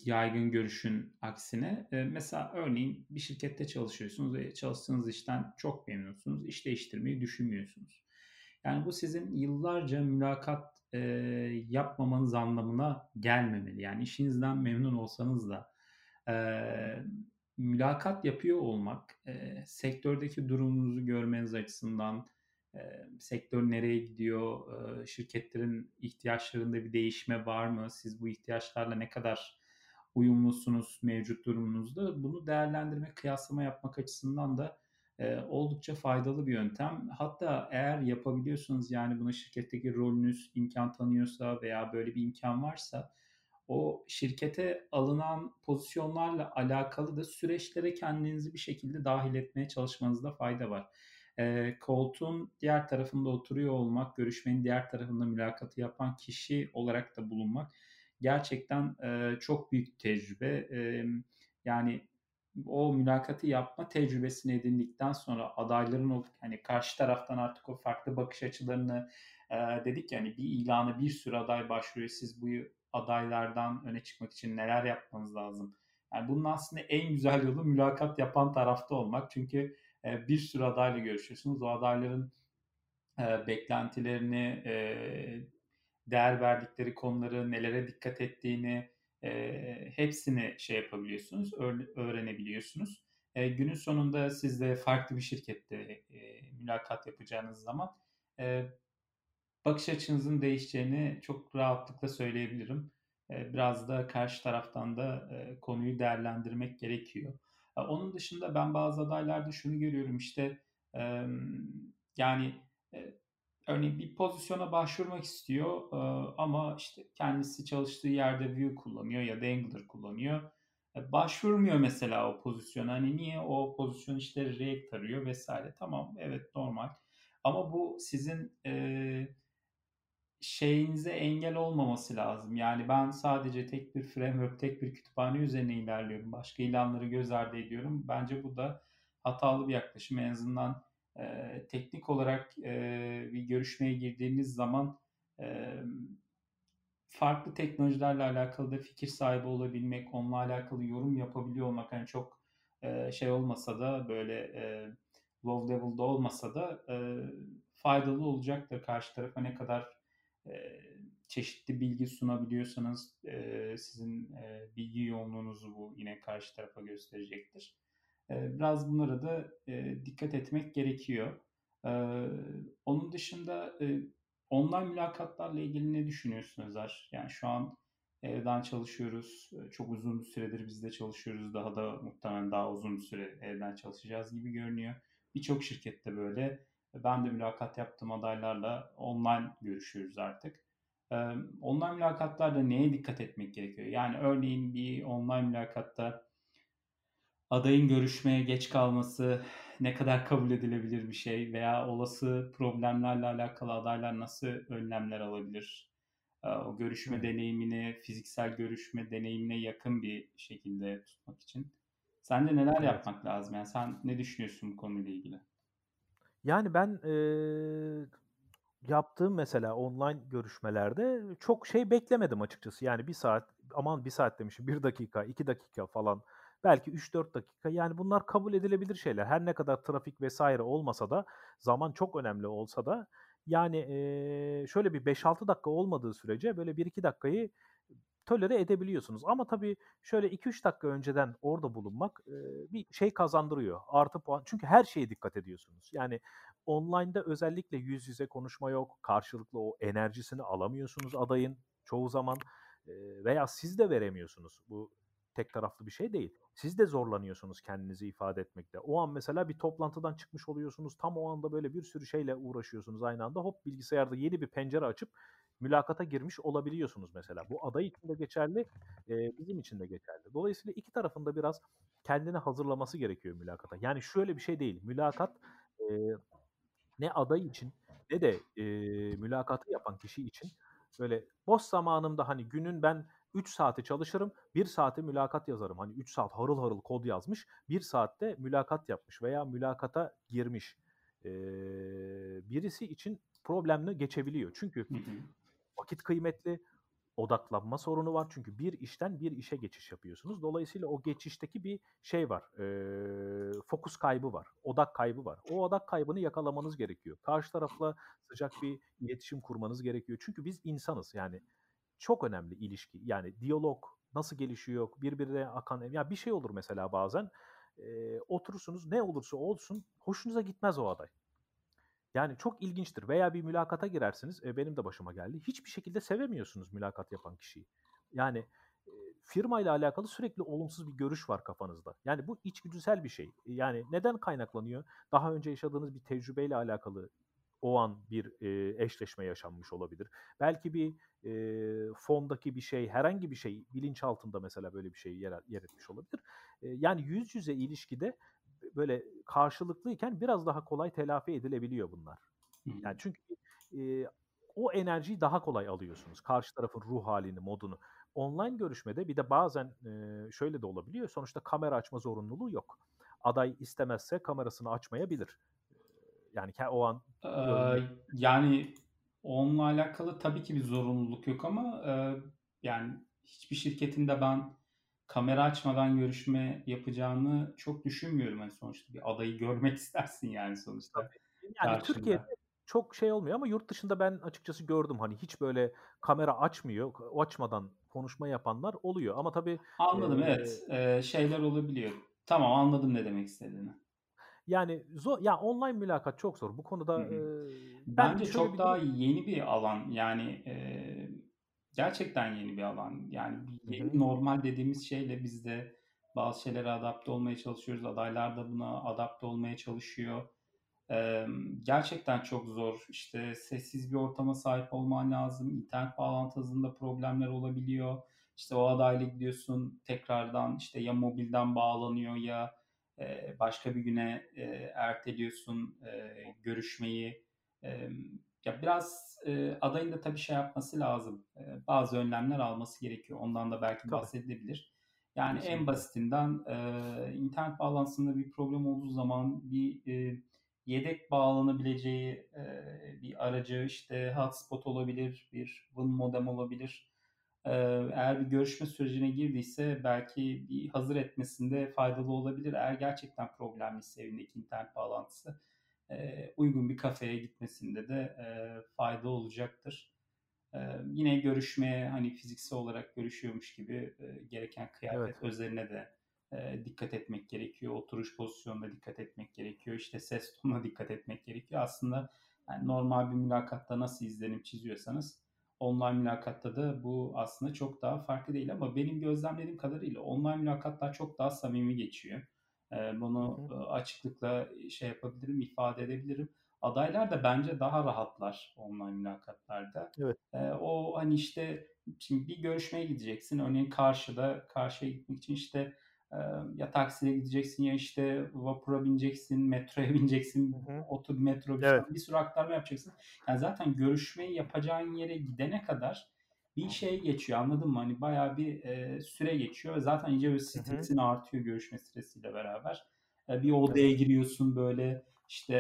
yaygın görüşün aksine. Mesela örneğin bir şirkette çalışıyorsunuz ve çalıştığınız işten çok memnunsunuz. İş değiştirmeyi düşünmüyorsunuz. Yani bu sizin yıllarca mülakat yapmamanız anlamına gelmemeli. Yani işinizden memnun olsanız da eee, mülakat yapıyor olmak sektördeki durumunuzu görmeniz açısından, sektör nereye gidiyor, şirketlerin ihtiyaçlarında bir değişme var mı, siz bu ihtiyaçlarla ne kadar uyumlusunuz mevcut durumunuzda, bunu değerlendirmek, kıyaslama yapmak açısından da oldukça faydalı bir yöntem. Hatta eğer yapabiliyorsanız, yani buna şirketteki rolünüz imkan tanıyorsa veya böyle bir imkan varsa, o şirkete alınan pozisyonlarla alakalı da süreçlere kendinizi bir şekilde dahil etmeye çalışmanızda fayda var. Koltuğun diğer tarafında oturuyor olmak, görüşmenin diğer tarafında mülakatı yapan kişi olarak da bulunmak gerçekten çok büyük tecrübe. Yani o mülakatı yapma tecrübesini edindikten sonra adayların o hani karşı taraftan artık o farklı bakış açılarını dedik ya, hani bir ilana bir sürü aday başvuruyor. Siz bu adaylardan öne çıkmak için neler yapmanız lazım? Yani bunun aslında en güzel yolu mülakat yapan tarafta olmak. Çünkü bir sürü adayla görüşüyorsunuz. O adayların beklentilerini, değer verdikleri konuları, nelere dikkat ettiğini, hepsini şey yapabiliyorsunuz, öğrenebiliyorsunuz. Günün sonunda siz de farklı bir şirkette mülakat yapacağınız zaman e, bakış açınızın değişeceğini çok rahatlıkla söyleyebilirim. Biraz da karşı taraftan da konuyu değerlendirmek gerekiyor. Onun dışında ben bazı adaylarda şunu görüyorum, işte yani e, örneğin bir pozisyona başvurmak istiyor ama işte kendisi çalıştığı yerde Vue kullanıyor ya da Angular kullanıyor. Başvurmuyor mesela o pozisyona. Hani niye? O pozisyon işte React arıyor vesaire. Tamam, evet, normal. Ama bu sizin şeyinize engel olmaması lazım. Yani ben sadece tek bir framework, tek bir kütüphane üzerine ilerliyorum. Başka ilanları göz ardı ediyorum. Bence bu da hatalı bir yaklaşım. En azından teknik olarak bir görüşmeye girdiğiniz zaman e, farklı teknolojilerle alakalı da fikir sahibi olabilmek, onunla alakalı yorum yapabiliyor olmak, hani çok şey olmasa da, böyle low level'da olmasa da faydalı olacaktır. Karşı tarafa ne kadar e, çeşitli bilgi sunabiliyorsanız sizin bilgi yoğunluğunuzu bu yine karşı tarafa gösterecektir. Biraz bunlara da dikkat etmek gerekiyor. E, Onun dışında online mülakatlarla ilgili ne düşünüyorsun Özer? Yani şu an evden çalışıyoruz. Çok uzun bir süredir biz de çalışıyoruz. Daha da muhtemelen daha uzun bir süre evden çalışacağız gibi görünüyor. Birçok şirkette böyle. Ben de mülakat yaptığım adaylarla online görüşüyoruz artık. Online mülakatlarda neye dikkat etmek gerekiyor? Yani örneğin bir online mülakatta adayın görüşmeye geç kalması ne kadar kabul edilebilir bir şey, veya olası problemlerle alakalı adaylar nasıl önlemler alabilir? O görüşme Hımm. deneyimini fiziksel görüşme deneyimine yakın bir şekilde tutmak için. Sence neler Evet. yapmak lazım? Yani sen ne düşünüyorsun bu konuyla ilgili? Yani ben, yaptığım mesela online görüşmelerde çok şey beklemedim açıkçası. Yani bir saat, aman bir saat demişim, 1 dakika, 2 dakika falan, belki 3-4 dakika. Yani bunlar kabul edilebilir şeyler. Her ne kadar trafik vesaire olmasa da, zaman çok önemli olsa da, yani, şöyle bir 5-6 dakika olmadığı sürece böyle 1-2 dakikayı tolere edebiliyorsunuz. Ama tabii şöyle 2-3 dakika önceden orada bulunmak, bir şey kazandırıyor, artı puan. Çünkü her şeye dikkat ediyorsunuz. Yani online'da özellikle yüz yüze konuşma yok, karşılıklı o enerjisini alamıyorsunuz adayın çoğu zaman, veya siz de veremiyorsunuz. Bu tek taraflı bir şey değil. Siz de zorlanıyorsunuz kendinizi ifade etmekte. O an mesela bir toplantıdan çıkmış oluyorsunuz, tam o anda böyle bir sürü şeyle uğraşıyorsunuz aynı anda. Hop, bilgisayarda yeni bir pencere açıp mülakata girmiş olabiliyorsunuz mesela. Bu aday için de geçerli, bizim için de geçerli. Dolayısıyla 2 tarafın da biraz kendini hazırlaması gerekiyor mülakata. Yani şöyle bir şey değil, mülakat, eee, ne aday için ne de, mülakatı yapan kişi için böyle boş zamanımda, hani, günün ben 3 saati çalışırım, 1 saati mülakat yazarım. Hani, 3 saat harıl harıl kod yazmış, 1 saatte mülakat yapmış veya mülakata girmiş, birisi için problemli geçebiliyor. Çünkü Hı hı. vakit kıymetli, odaklanma sorunu var. Çünkü bir işten bir işe geçiş yapıyorsunuz. Dolayısıyla o geçişteki bir şey var, fokus kaybı var, odak kaybı var. O odak kaybını yakalamanız gerekiyor. Karşı tarafla sıcak bir iletişim kurmanız gerekiyor. Çünkü biz insanız. Yani çok önemli ilişki. Yani diyalog nasıl gelişiyor, birbirine akan ya bir şey olur mesela bazen, oturursunuz, ne olursa olsun hoşunuza gitmez o aday. Yani çok ilginçtir veya bir mülakata girersiniz, benim de başıma geldi. Hiçbir şekilde sevemiyorsunuz mülakat yapan kişiyi. Yani, firmayla alakalı sürekli olumsuz bir görüş var kafanızda. Yani bu içgüdüsel bir şey. Yani neden kaynaklanıyor? Daha önce yaşadığınız bir tecrübeyle alakalı o an bir, eşleşme yaşanmış olabilir. Belki bir, fondaki bir şey, herhangi bir şey bilinçaltında mesela böyle bir şey yer etmiş olabilir. Yani yüz yüze ilişkide böyle karşılıklıyken biraz daha kolay telafi edilebiliyor bunlar. Hı. Yani çünkü, eee, o enerjiyi daha kolay alıyorsunuz. Karşı tarafın ruh hâlini, modunu. Online görüşmede bir de bazen, şöyle de olabiliyor. Sonuçta kamera açma zorunluluğu yok. Aday istemezse kamerasını açmayabilir. Yani o an görünmek. Yani onunla alakalı tabii ki bir zorunluluk yok ama, yani hiçbir şirketin de ben kamera açmadan görüşme yapacağını çok düşünmüyorum. Hani, sonuçta bir adayı görmek istersin yani sonuçta Tabii. Yani Türkiye'de karşında. çok şey olmuyor ama yurt dışında ben açıkçası gördüm. Hani hiç böyle kamera açmıyor, açmadan konuşma yapanlar oluyor ama tabii, Anladım, eee, evet. Şeyler olabiliyor. Tamam, anladım ne demek istediğini. yani ya online mülakat çok zor. Bu Hı konuda, hı. ben Bence şöyle çok bir daha durum. yeni bir alan. Yani, gerçekten yeni bir alan. Yani Hı yeni hı. normal dediğimiz şeyle biz de bazı şeylere adapte olmaya çalışıyoruz. Adaylar da buna adapte olmaya çalışıyor. Gerçekten çok zor. İşte sessiz bir ortama sahip olman lazım. İnternet bağlantı hızında problemler olabiliyor. İşte o adayla gidiyorsun tekrardan işte ya mobilden bağlanıyor ya başka bir güne erteliyorsun görüşmeyi. Ya biraz adayın da tabii şey yapması lazım. Bazı önlemler alması gerekiyor. Ondan da belki Tabii, bahsedilebilir. Yani en kesinlikle. basitinden internet bağlantısında bir problem olduğu zaman bir yedek bağlanabileceği bir aracı işte hotspot olabilir, bir WAN modem olabilir. Eğer bir görüşme sürecine girdiyse belki bir hazır etmesinde faydalı olabilir. Eğer gerçekten problemliyse evindeki internet bağlantısı uygun bir kafeye gitmesinde de fayda olacaktır. Yine görüşmeye hani fiziksel olarak görüşüyormuş gibi gereken Evet. kıyafet özeline de dikkat etmek gerekiyor. Oturuş pozisyonuna dikkat etmek gerekiyor. İşte ses tonuna dikkat etmek gerekiyor. Aslında yani normal bir mülakatta nasıl izlenim çiziyorsanız online mülakatta da bu aslında çok daha farklı değil ama benim gözlemlediğim kadarıyla online mülakatlar çok daha samimi geçiyor. Hı Bunu hı. açıklıkla şey yapabilirim, ifade edebilirim. Adaylar da bence daha rahatlar online mülakatlarda. Evet. O hani işte şimdi bir görüşmeye gideceksin. Örneğin karşıya gitmek için işte ya taksiyle gideceksin ya işte vapura bineceksin, metroya Hı bineceksin, hı. metrobüsten Evet. bir sürü aktarma yapacaksın. Yani zaten görüşmeyi yapacağın yere gidene kadar bir şey geçiyor anladın mı? Hani bayağı bir süre geçiyor ve zaten iyice böyle Hı hı. stresin artıyor görüşme stresiyle beraber. Bir odaya Evet. giriyorsun böyle işte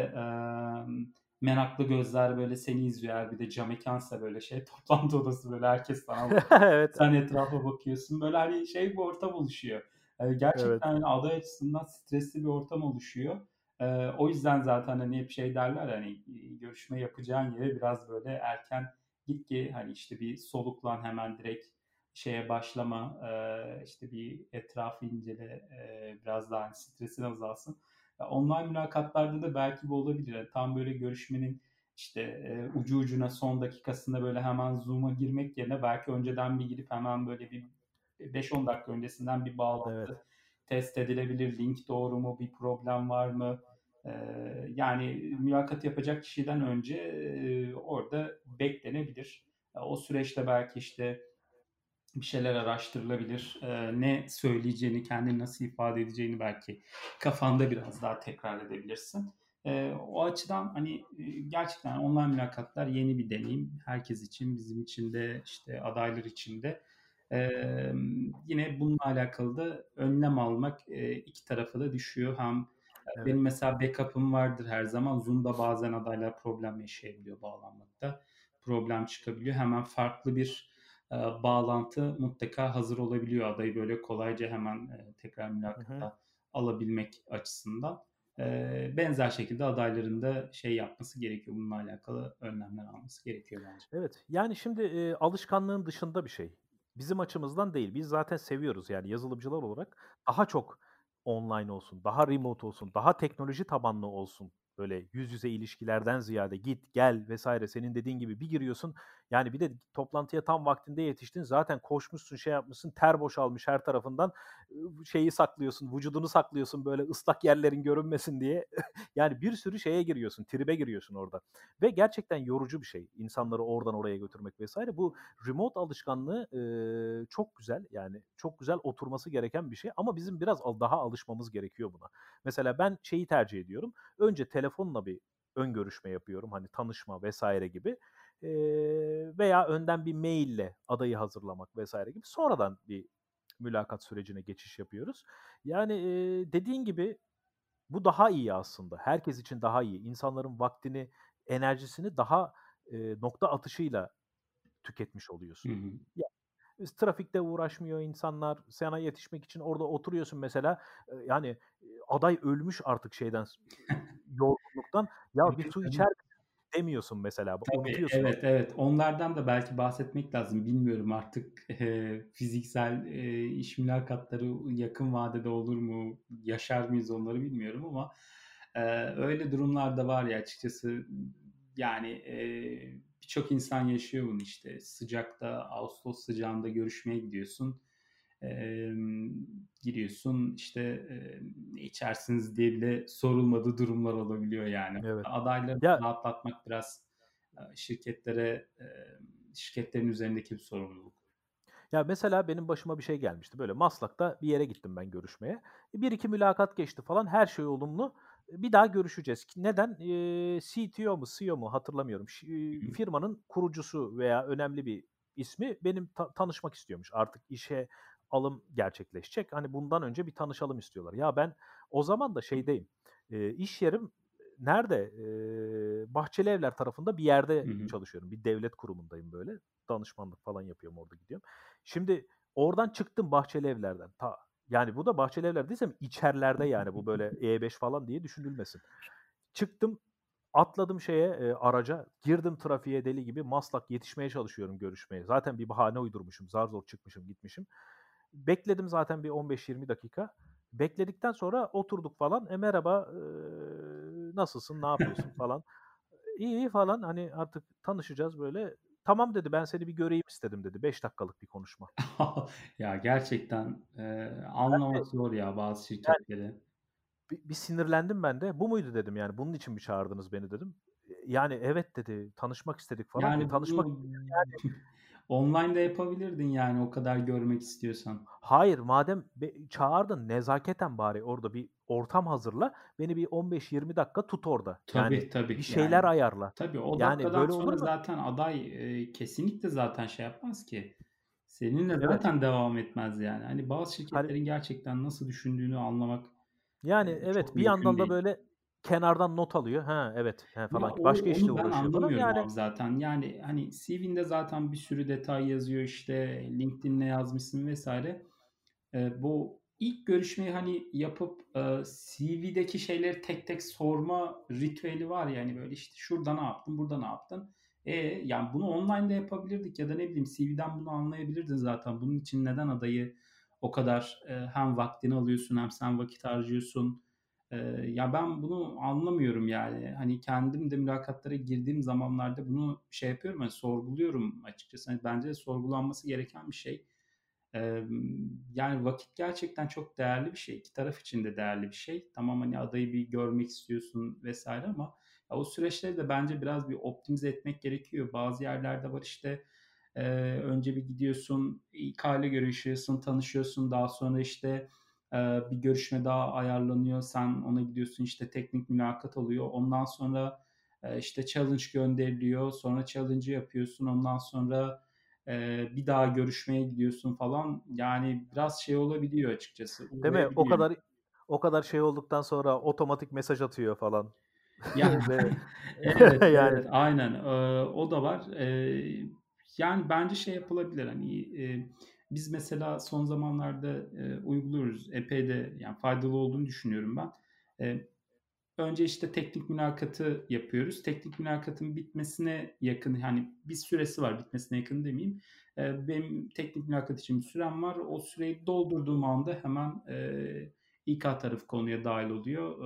meraklı gözler böyle seni izliyor. Eğer bir de cam mekansa böyle şey toplantı odası böyle herkes sana bakıyor. Evet. Sen etrafa bakıyorsun. Böyle hani şey bir ortam oluşuyor. Evet. Gerçekten hani aday açısından stresli bir ortam oluşuyor. O yüzden zaten hani hep şey derler hani görüşme yapacağın yere biraz böyle erken git ki hani işte bir soluklan hemen direkt şeye başlama işte bir etrafı incele biraz daha hani stresin azalsın. Ya online mülakatlarda da belki bu olabilir. Yani tam böyle görüşmenin işte ucu ucuna son dakikasında böyle hemen Zoom'a girmek yerine belki önceden bir girip hemen böyle bir 5-10 dakika öncesinden bir Evet. bağlantı test edilebilir. Link doğru mu? Bir problem var mı? Yani mülakat yapacak kişiden önce orada beklenebilir. O süreçte belki işte bir şeyler araştırılabilir. Ne söyleyeceğini, kendini nasıl ifade edeceğini belki kafanda biraz daha tekrar edebilirsin. O açıdan hani gerçekten online mülakatlar yeni bir deneyim. Herkes için, bizim için de, işte adaylar için de. Yine bununla alakalı da önlem almak iki tarafa da düşüyor. Hem Evet. benim mesela backup'ım vardır her zaman. Zoom'da bazen adaylar problem yaşayabiliyor bağlanmakta. Problem çıkabiliyor. Hemen farklı bir bağlantı mutlaka hazır olabiliyor adayı böyle kolayca hemen, tekrar Hı hı. mülakata alabilmek açısından. Benzer şekilde adayların da şey yapması gerekiyor, bununla alakalı önlemler alması gerekiyor bence. Evet, yani şimdi, alışkanlığın dışında bir şey. Bizim açımızdan değil. Biz zaten seviyoruz yani yazılımcılar olarak daha çok online olsun, daha remote olsun, daha teknoloji tabanlı olsun. Böyle yüz yüze ilişkilerden ziyade git, gel vs. senin dediğin gibi bir giriyorsun, yani bir de toplantıya tam vaktinde yetiştin, zaten koşmuşsun, şey yapmışsın, ter boşalmış her tarafından, şeyi saklıyorsun, vücudunu saklıyorsun böyle ıslak yerlerin görünmesin diye. Yani bir sürü şeye giriyorsun, tribe giriyorsun orada. Ve gerçekten yorucu bir şey insanları oradan oraya götürmek vesaire. Bu remote alışkanlığı, çok güzel, yani çok güzel oturması gereken bir şey ama bizim biraz daha alışmamız gerekiyor buna. Mesela ben şeyi tercih ediyorum. Önce telefonla bir ön görüşme yapıyorum, hani, tanışma vesaire gibi, veya önden bir maille adayı hazırlamak vesaire gibi. Sonradan bir mülakat sürecine geçiş yapıyoruz. Yani, dediğin gibi bu daha iyi aslında. Herkes için daha iyi. İnsanların vaktini, enerjisini daha, nokta atışıyla tüketmiş Hı oluyorsun. hı. Ya, trafikte uğraşmıyor insanlar. Sana yetişmek için orada oturuyorsun mesela, yani, aday ölmüş artık şeyden, yorgunluktan. "Ya, bir Tabii, su tabii. içer misin?" demiyorsun mesela. Tabii, Unutuyorsun onu. evet, evet. Onlardan da belki bahsetmek lazım. Bilmiyorum artık, fiziksel, iş mülakatları yakın vadede olur mu, yaşar mıyız onları bilmiyorum ama, öyle durumlar da var ya açıkçası. Yani, birçok insan yaşıyor bunu işte. Sıcakta, ağustos sıcağında görüşmeye gidiyorsun. Emm, giriyorsun, işte, ne içersiniz diye bile sorulmadığı durumlar olabiliyor yani. Evet. Adayları Ya rahatlatmak biraz şirketlere, şirketlerin üzerindeki bir sorumluluk. Ya, mesela benim başıma bir şey gelmişti. Böyle Maslak'ta bir yere gittim ben görüşmeye. 1-2 mülakat geçti falan, her şey olumlu. Bir daha görüşeceğiz. Neden? CTO mu, CEO mu hatırlamıyorum. Hı hı. Firmanın kurucusu veya önemli bir ismi benim tanışmak istiyormuş. Artık işe alım gerçekleşecek. Hani, bundan önce bir tanışalım istiyorlar. Ya, ben o zaman da şeydeyim, iş yerim nerede? Bahçelievler tarafında bir Hı yerde hı. çalışıyorum. Bir devlet kurumundayım böyle. Danışmanlık falan yapıyorum, orada gidiyorum. Şimdi oradan çıktım Bahçelievler'den. Yani bu da Bahçelievler değilsem içerilerde yani bu böyle E5 falan diye düşünülmesin. Çıktım, atladım şeye, araca, girdim trafiğe deli gibi. Maslak, yetişmeye çalışıyorum görüşmeye. Zaten bir bahane uydurmuşum. Zar zor çıkmışım, gitmişim. Bekledim zaten bir 15-20 dakika. Bekledikten sonra oturduk falan. Merhaba, nasılsın, ne yapıyorsun falan. İyi, iyi falan, hani, artık tanışacağız böyle. "Tamam." dedi, "Ben seni bir göreyim istedim." dedi. 5 dakikalık bir konuşma. Ya, gerçekten, Ben de anlamak zor ya bazı yani şirketleri. bir sinirlendim ben de. "Bu muydu?" dedim, yani, "Bunun için mi çağırdınız beni?" dedim. Yani, "Evet." dedi, "Tanışmak istedik." falan. Yani, Tanışmak bunu online de yapabilirdin yani o kadar görmek istiyorsan. Hayır, madem çağırdın nezaketen bari orada bir ortam hazırla, beni bir 15-20 dakika tut orada. Tabii, Yani, tabii. bir şeyler Yani, ayarla. tabii o Yani, dakikadan böyle olur sonra mu? zaten aday, kesinlikle zaten şey yapmaz ki. Seninle Evet. zaten devam etmez yani. Hani, bazı Hani, şirketlerin gerçekten nasıl düşündüğünü anlamak, yani, çok evet, bir mümkün yandan da değil. böyle kenardan not alıyor. "Ha, evet." he, Ya, falan. Başka işle onu ben uğraşıyor falan. anlamıyorum Yani, abi zaten. Yani, hani, CV'nde zaten bir sürü detay yazıyor, işte, LinkedIn'e yazmışsın vs. Bu ilk görüşmeyi, hani, yapıp, CV'deki şeyleri tek tek sorma ritüeli var ya, hani, böyle, işte, şurada ne yaptın, burada ne yaptın? Yani, bunu online'da yapabilirdik ya da ne bileyim CV'den bunu anlayabilirdin zaten. Bunun için neden adayı o kadar, hem vaktini alıyorsun hem sen vakit harcıyorsun? Ya, ben bunu anlamıyorum yani. Hani, kendim de mülakatlara girdiğim zamanlarda bunu şey yapıyorum, hani, sorguluyorum açıkçası. Hani, bence de sorgulanması gereken bir şey. Yani, vakit gerçekten çok değerli bir şey. 2 taraf için de değerli bir şey. Tamam, hani, adayı bir görmek istiyorsun vs. ama ya, o süreçleri de bence biraz bir optimize etmek gerekiyor. Bazı yerlerde var, işte, önce bir gidiyorsun, İK ile görüşüyorsun, tanışıyorsun. Daha sonra, işte, bir görüşme daha ayarlanıyor. Sen ona gidiyorsun, işte, teknik mülakat oluyor. Ondan sonra, işte, challenge gönderiliyor. Sonra challenge'ı yapıyorsun. Ondan sonra, bir daha görüşmeye gidiyorsun falan. Yani biraz şey olabiliyor açıkçası, değil mi? O uzayabiliyor. kadar o kadar şey olduktan sonra otomatik mesaj atıyor falan Ya ve evet, yani evet, aynen. O da var. Yani bence şey yapılabilir, hani, biz mesela son zamanlarda, uyguluyoruz. Epey de yani faydalı olduğunu düşünüyorum ben. Eee, Önce, işte, teknik mülakatı yapıyoruz. Teknik mülakatın bitmesine yakın, hani, bir süresi var, bitmesine yakın demeyeyim. Benim teknik mülakat için bir sürem var. O süreyi doldurduğum anda hemen, İK tarafı konuya dâhil oluyor.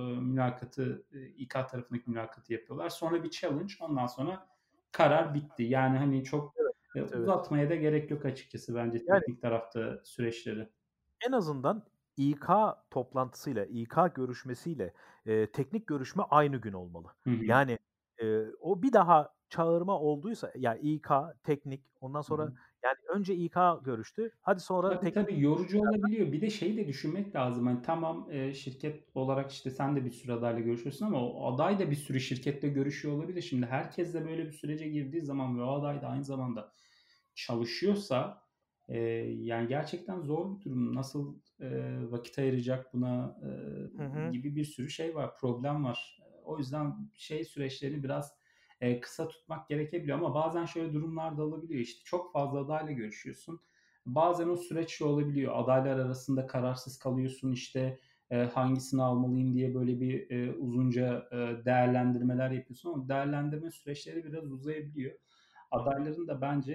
İK tarafındaki mülakatı yapıyorlar. Sonra bir challenge, ondan sonra karar bitti. Yani, hani, çok, Evet, evet, evet. uzatmaya da gerek yok açıkçası bence Yani teknik tarafta süreçleri. en azından İK toplantısıyla, İK görüşmesiyle, teknik görüşme aynı gün olmalı. Hı hı. Yani, o bir daha çağırma olduysa, ya İK, teknik, ondan Hı hı. sonra yani önce İK görüştü, hadi sonra Tabii, teknik tabii, yorucu olabiliyor. Bir de şeyi de düşünmek lazım, hani, tamam, şirket olarak, işte, sen de bir sürü adayla görüşüyorsun ama o aday da bir sürü şirketle görüşüyor olabilir. Şimdi herkes de böyle bir sürece girdiği zaman ve o aday da aynı zamanda çalışıyorsa, yani, gerçekten zor bir durum. Nasıl, vakit ayıracak buna, Hı hı. gibi bir sürü şey var, problem var. O yüzden şey süreçlerini biraz, kısa tutmak gerekebiliyor ama bazen şöyle durumlar da olabiliyor. İşte, çok fazla adayla görüşüyorsun. Bazen o süreç şey olabiliyor, adaylar arasında kararsız kalıyorsun, işte, hangisini almalıyım diye böyle bir, uzunca, değerlendirmeler yapıyorsun ama değerlendirme süreçleri biraz uzayabiliyor. Hı hı. Adayların da bence,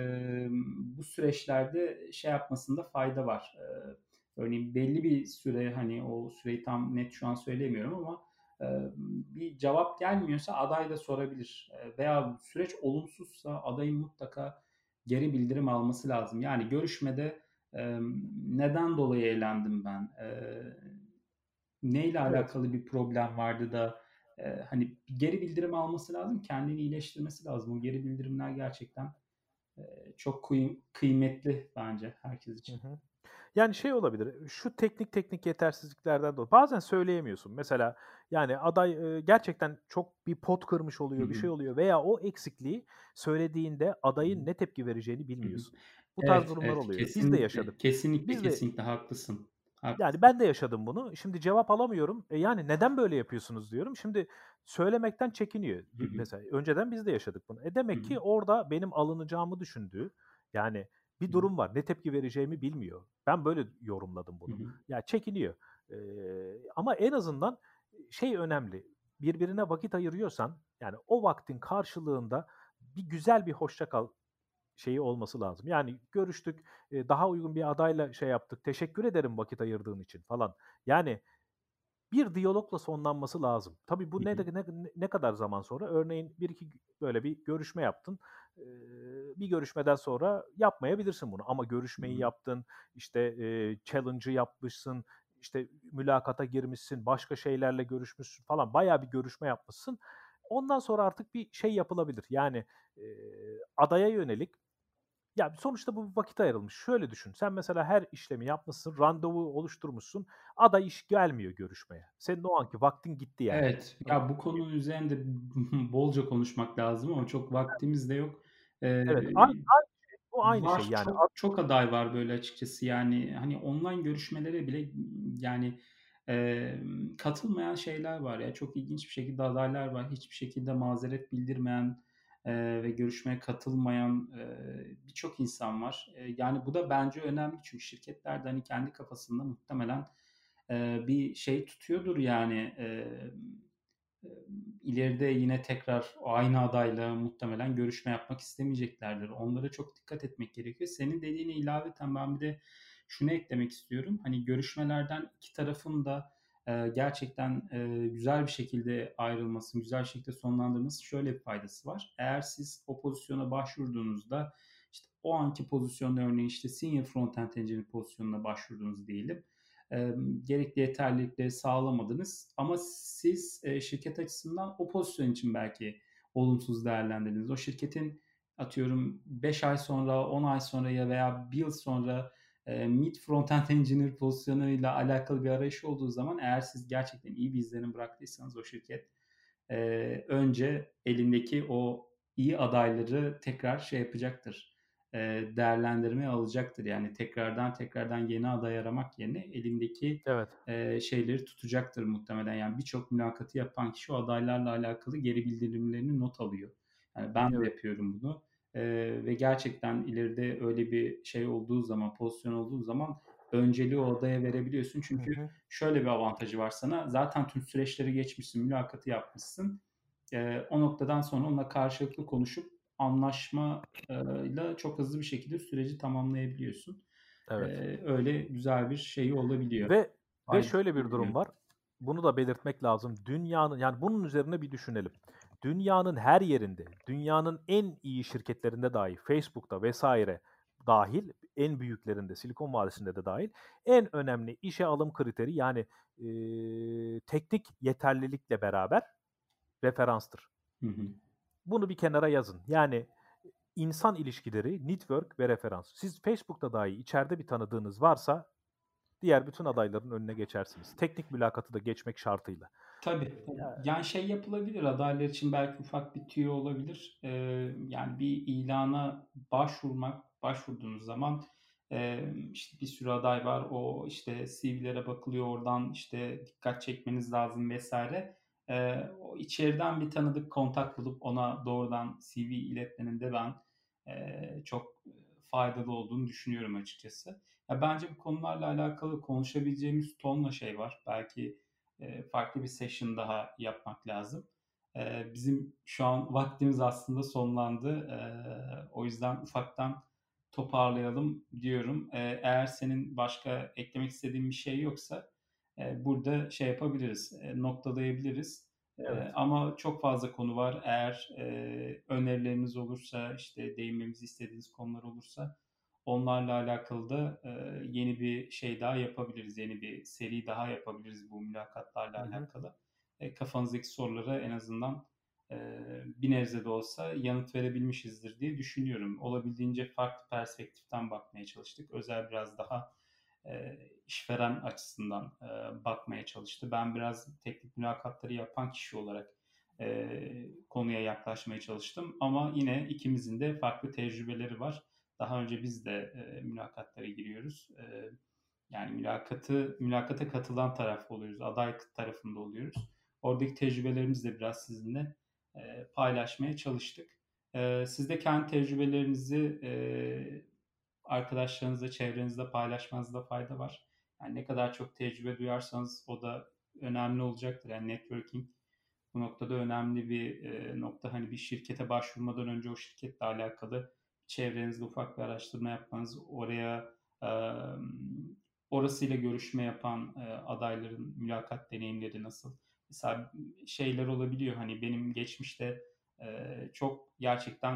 bu süreçlerde şey yapmasında fayda var. Örneğin belli bir süre, hani, o süreyi tam net şu an söyleyemiyorum ama, bir cevap gelmiyorsa aday da sorabilir, veya süreç olumsuzsa adayın mutlaka geri bildirim alması lazım. Yani görüşmede, neden dolayı elendim ben? Neyle Evet. alakalı bir problem vardı da, hani, geri bildirim alması lazım, kendini iyileştirmesi lazım. O geri bildirimler gerçekten, çok kıymetli bence herkes Hı için. hı. Yani şey olabilir, şu teknik yetersizliklerden dolayı bazen söyleyemiyorsun. Mesela, yani aday, gerçekten çok bir pot kırmış Hı oluyor, bir hı. şey oluyor veya o eksikliği söylediğinde Hı hı. adayın ne tepki vereceğini Hı hı. bilmiyorsun. Bu tarz Evet, durumlar evet. oluyor. Biz de Kesinlikle, yaşadık. kesinlikle, Biz de kesinlikle haklısın. yani Haklısın. ben de yaşadım bunu. Şimdi cevap alamıyorum. Yani "Neden böyle yapıyorsunuz?" diyorum. Şimdi söylemekten çekiniyor. Hı hı. Mesela önceden biz de yaşadık bunu. Hı Demek hı. ki orada benim alınacağımı düşündüğü, yani bir Hı hı. durum var. Ne tepki vereceğimi bilmiyor. Ben böyle yorumladım Hı bunu. hı. Ya çekiniyor. Ama en azından şey önemli. Birbirine vakit ayırıyorsan, yani o vaktin karşılığında bir güzel bir hoşça kal şeyi olması lazım. Yani görüştük, daha uygun bir adayla şey yaptık, teşekkür ederim vakit ayırdığın için falan. Yani bir diyalogla sonlanması lazım. Tabii Hı bu hı. ne kadar zaman sonra? Örneğin 1-2 böyle bir görüşme yaptın. Bir görüşmeden sonra yapmayabilirsin bunu ama Hı görüşmeyi hı. yaptın, işte, challenge'ı yapmışsın, işte, mülakata girmişsin, başka şeylerle görüşmüşsün falan, bayağı bir görüşme yapmışsın. Ondan sonra artık bir şey yapılabilir. Yani, adaya yönelik ya, sonuçta bu vakit ayrılmış. Şöyle düşün, sen mesela her işlemi yapmışsın, randevu oluşturmuşsun, aday iş gelmiyor görüşmeye. Senin o anki vaktin gitti yani. Evet, ya, bu konunun üzerinde bolca konuşmak lazım ama çok vaktimiz de yok. Eee, Evet, aynı şey. Bu aynı Var, şey yani. çok aday var böyle açıkçası. Yani, hani, online görüşmelere bile, yani, katılmayan şeyler var ya. Çok ilginç bir şekilde adaylar var. Hiçbir şekilde mazeret bildirmeyen, ve görüşmeye katılmayan, birçok insan var. Yani, bu da bence önemli çünkü şirketler de, hani, kendi kafasında muhtemelen, bir şey tutuyordur yani, ileride yine tekrar o aynı adayla muhtemelen görüşme yapmak istemeyeceklerdir. Onlara çok dikkat etmek gerekiyor. Senin dediğine ilaveten ben bir de şunu eklemek istiyorum. Hani görüşmelerden iki tarafın da, gerçekten, güzel bir şekilde ayrılması, güzel bir şekilde sonlandırması şöyle bir faydası var. Eğer siz o pozisyona başvurduğunuzda, işte, o anki pozisyonda örneğin, işte, senior frontend engineer pozisyonuna başvurdunuz diyelim. Gerekli yeterlilikleri sağlamadınız ama siz, şirket açısından o pozisyon için belki olumsuz değerlendirdiniz. O şirketin atıyorum 5 ay sonra, 10 ay sonra ya veya 1 yıl sonra, mid frontend engineer pozisyonuyla alakalı bir arayış olduğu zaman eğer siz gerçekten iyi bir izlenim bıraktıysanız o şirket, önce elindeki o iyi adayları tekrar şey yapacaktır, değerlendirmeye alacaktır. Yani tekrardan yeni aday aramak yerine elindeki, Evet, şeyleri tutacaktır muhtemelen. Yani birçok mülakatı yapan kişi o adaylarla alakalı geri bildirimlerini not alıyor. Yani ben de evet. yapıyorum bunu. Ve gerçekten ileride öyle bir şey olduğu zaman, pozisyon olduğu zaman önceliği o adaya verebiliyorsun. Hı Çünkü hı. şöyle bir avantajı var sana. Zaten tüm süreçleri geçmişsin, mülakatı yapmışsın. O noktadan sonra onunla karşılıklı konuşup anlaşma ile çok hızlı bir şekilde süreci tamamlayabiliyorsun. Evet. Öyle güzel bir şey olabiliyor. Ve Faydası şöyle bir olabiliyor. durum var. Bunu da belirtmek lazım. Yani bunun üzerine bir düşünelim. Dünyanın her yerinde, dünyanın en iyi şirketlerinde dahi, Facebook'ta vesaire dahil, en büyüklerinde, Silikon Vadisi'nde de dahil, en önemli işe alım kriteri yani teknik yeterlilikle beraber referanstır. Hı hı. Bunu bir kenara yazın. Yani insan ilişkileri, network ve referans. Siz Facebook'ta dahi içeride bir tanıdığınız varsa diğer bütün adayların önüne geçersiniz. Teknik mülakatı da geçmek şartıyla. Tabii, tabii. Ya. Yani şey yapılabilir, adaylar için belki ufak bir tüyo olabilir. Yani bir ilana başvurduğunuz zaman işte bir sürü aday var. O işte CV'lere bakılıyor, oradan işte dikkat çekmeniz lazım vesaire. O içeriden bir tanıdık kontak bulup ona doğrudan CV iletmenin de ben çok faydalı olduğunu düşünüyorum açıkçası. Ya bence bu konularla alakalı konuşabileceğimiz tonla şey var. Belki farklı bir session daha yapmak lazım. Bizim şu an vaktimiz aslında sonlandı. O yüzden ufaktan toparlayalım diyorum. Eğer senin başka eklemek istediğin bir şey yoksa burada şey yapabiliriz, noktalayabiliriz. Evet. Ama çok fazla konu var. Eğer önerileriniz olursa, işte değinmemizi istediğiniz konular olursa onlarla alakalı da yeni bir şey daha yapabiliriz. Yeni bir seri daha yapabiliriz bu mülakatlarla Hı hı. alakalı. Kafanızdaki sorulara en azından bir nebze de olsa yanıt verebilmişizdir diye düşünüyorum. Olabildiğince farklı perspektiften bakmaya çalıştık. Özel biraz daha işveren açısından bakmaya çalıştı. Ben biraz teknik mülakatları yapan kişi olarak konuya yaklaşmaya çalıştım. Ama yine ikimizin de farklı tecrübeleri var. Daha önce biz de mülakatlara giriyoruz. Yani mülakata katılan taraf oluyoruz, aday tarafında oluyoruz. Oradaki tecrübelerimizi de biraz sizinle paylaşmaya çalıştık. Siz de kendi tecrübelerinizi arkadaşlarınızla, çevrenizde paylaşmanızda fayda var. Yani ne kadar çok tecrübe duyarsanız o da önemli olacaktır. Yani networking bu noktada önemli bir nokta. Hani bir şirkete başvurmadan önce o şirketle alakalı çevrenizde ufak bir araştırma yapmanız, e, orasıyla görüşme yapan adayların mülakat deneyimleri nasıl? Mesela şeyler olabiliyor. Hani benim geçmişte çok gerçekten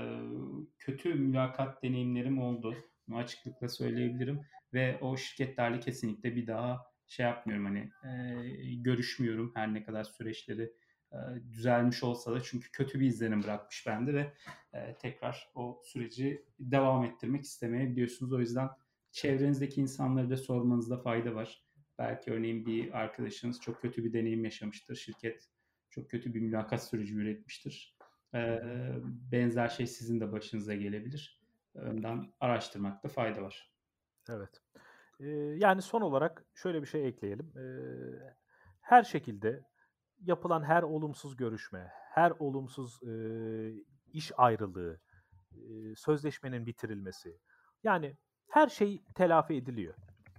kötü mülakat deneyimlerim oldu. Bunu açıklıkla söyleyebilirim ve o şirketlerle kesinlikle bir daha şey yapmıyorum, hani görüşmüyorum her ne kadar süreçleri e, düzelmiş olsa da, çünkü kötü bir izlenim bırakmış bende ve tekrar o süreci devam ettirmek istemeyebiliyorsunuz. O yüzden Evet. çevrenizdeki insanları da sormanızda fayda var. Belki örneğin bir arkadaşınız çok kötü bir deneyim yaşamıştır. Şirket çok kötü bir mülakat süreci üretmiştir. Hı Ee, hı. Benzer şey sizin de başınıza gelebilir. Önden araştırmakta fayda var. Evet. Yani son olarak şöyle bir şey ekleyelim. Her şekilde yapılan her olumsuz görüşme, her olumsuz iş ayrılığı, sözleşmenin bitirilmesi, yani her şey telafi ediliyor.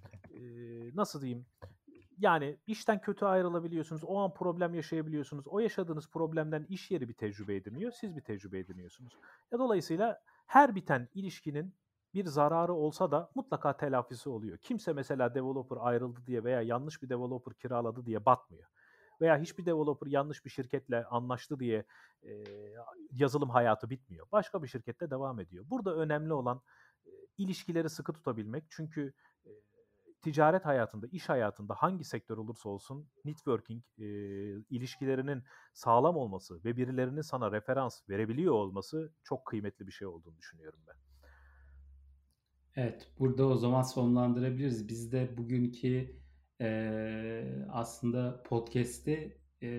Nasıl diyeyim? Yani işten kötü ayrılabiliyorsunuz, o an problem yaşayabiliyorsunuz. O yaşadığınız problemden iş yeri bir tecrübe ediniyor, siz bir tecrübe ediniyorsunuz. Dolayısıyla her biten ilişkinin bir zararı olsa da mutlaka telafisi oluyor. Kimse mesela developer ayrıldı diye veya yanlış bir developer kiraladı diye batmıyor. Veya hiçbir developer yanlış bir şirketle anlaştı diye yazılım hayatı bitmiyor. Başka bir şirkette devam ediyor. Burada önemli olan ilişkileri sıkı tutabilmek. Çünkü e, ticaret hayatında, iş hayatında hangi sektör olursa olsun networking, ilişkilerinin sağlam olması ve birilerinin sana referans verebiliyor olması çok kıymetli bir şey olduğunu düşünüyorum ben. Evet, burada o zaman sonlandırabiliriz. Biz de bugünkü aslında podcast'i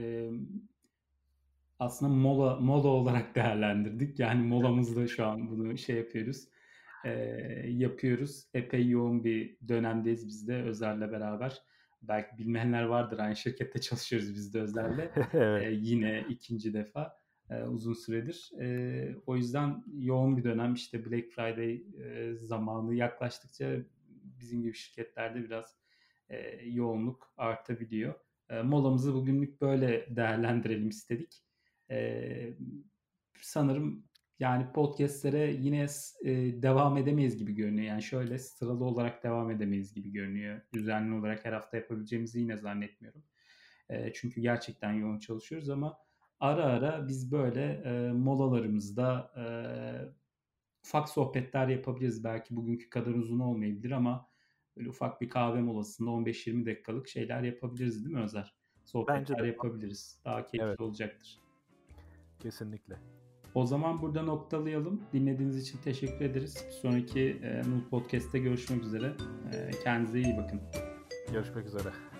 aslında mola olarak değerlendirdik. Yani molamızda şu an bunu şey yapıyoruz. Yapıyoruz. Epey yoğun bir dönemdeyiz biz de Özer'le beraber. Belki bilmeyenler vardır. Aynı şirkette çalışıyoruz biz de Özer'le. Evet. Yine ikinci defa. uzun süredir. O yüzden yoğun bir dönem, işte Black Friday zamanı yaklaştıkça bizim gibi şirketlerde biraz yoğunluk artabiliyor. Molamızı bugünlük böyle değerlendirelim istedik. Eee, Sanırım yani podcast'lere yine devam edemeyiz gibi görünüyor. Yani şöyle sıralı olarak devam edemeyiz gibi görünüyor. Düzenli olarak her hafta yapabileceğimizi yine zannetmiyorum. Çünkü gerçekten yoğun çalışıyoruz ama ara ara biz böyle molalarımızda ufak sohbetler yapabiliriz. Belki bugünkü kadar uzun olmayabilir ama böyle ufak bir kahve molasında 15-20 dakikalık şeyler yapabiliriz, değil mi Özer? Bence Sohbetler de. yapabiliriz. Daha Evet, keyifli olacaktır. kesinlikle. O zaman burada noktalayalım. Dinlediğiniz için teşekkür ederiz. Bir sonraki Null Podcast'te görüşmek üzere. Kendinize iyi bakın. Görüşmek üzere.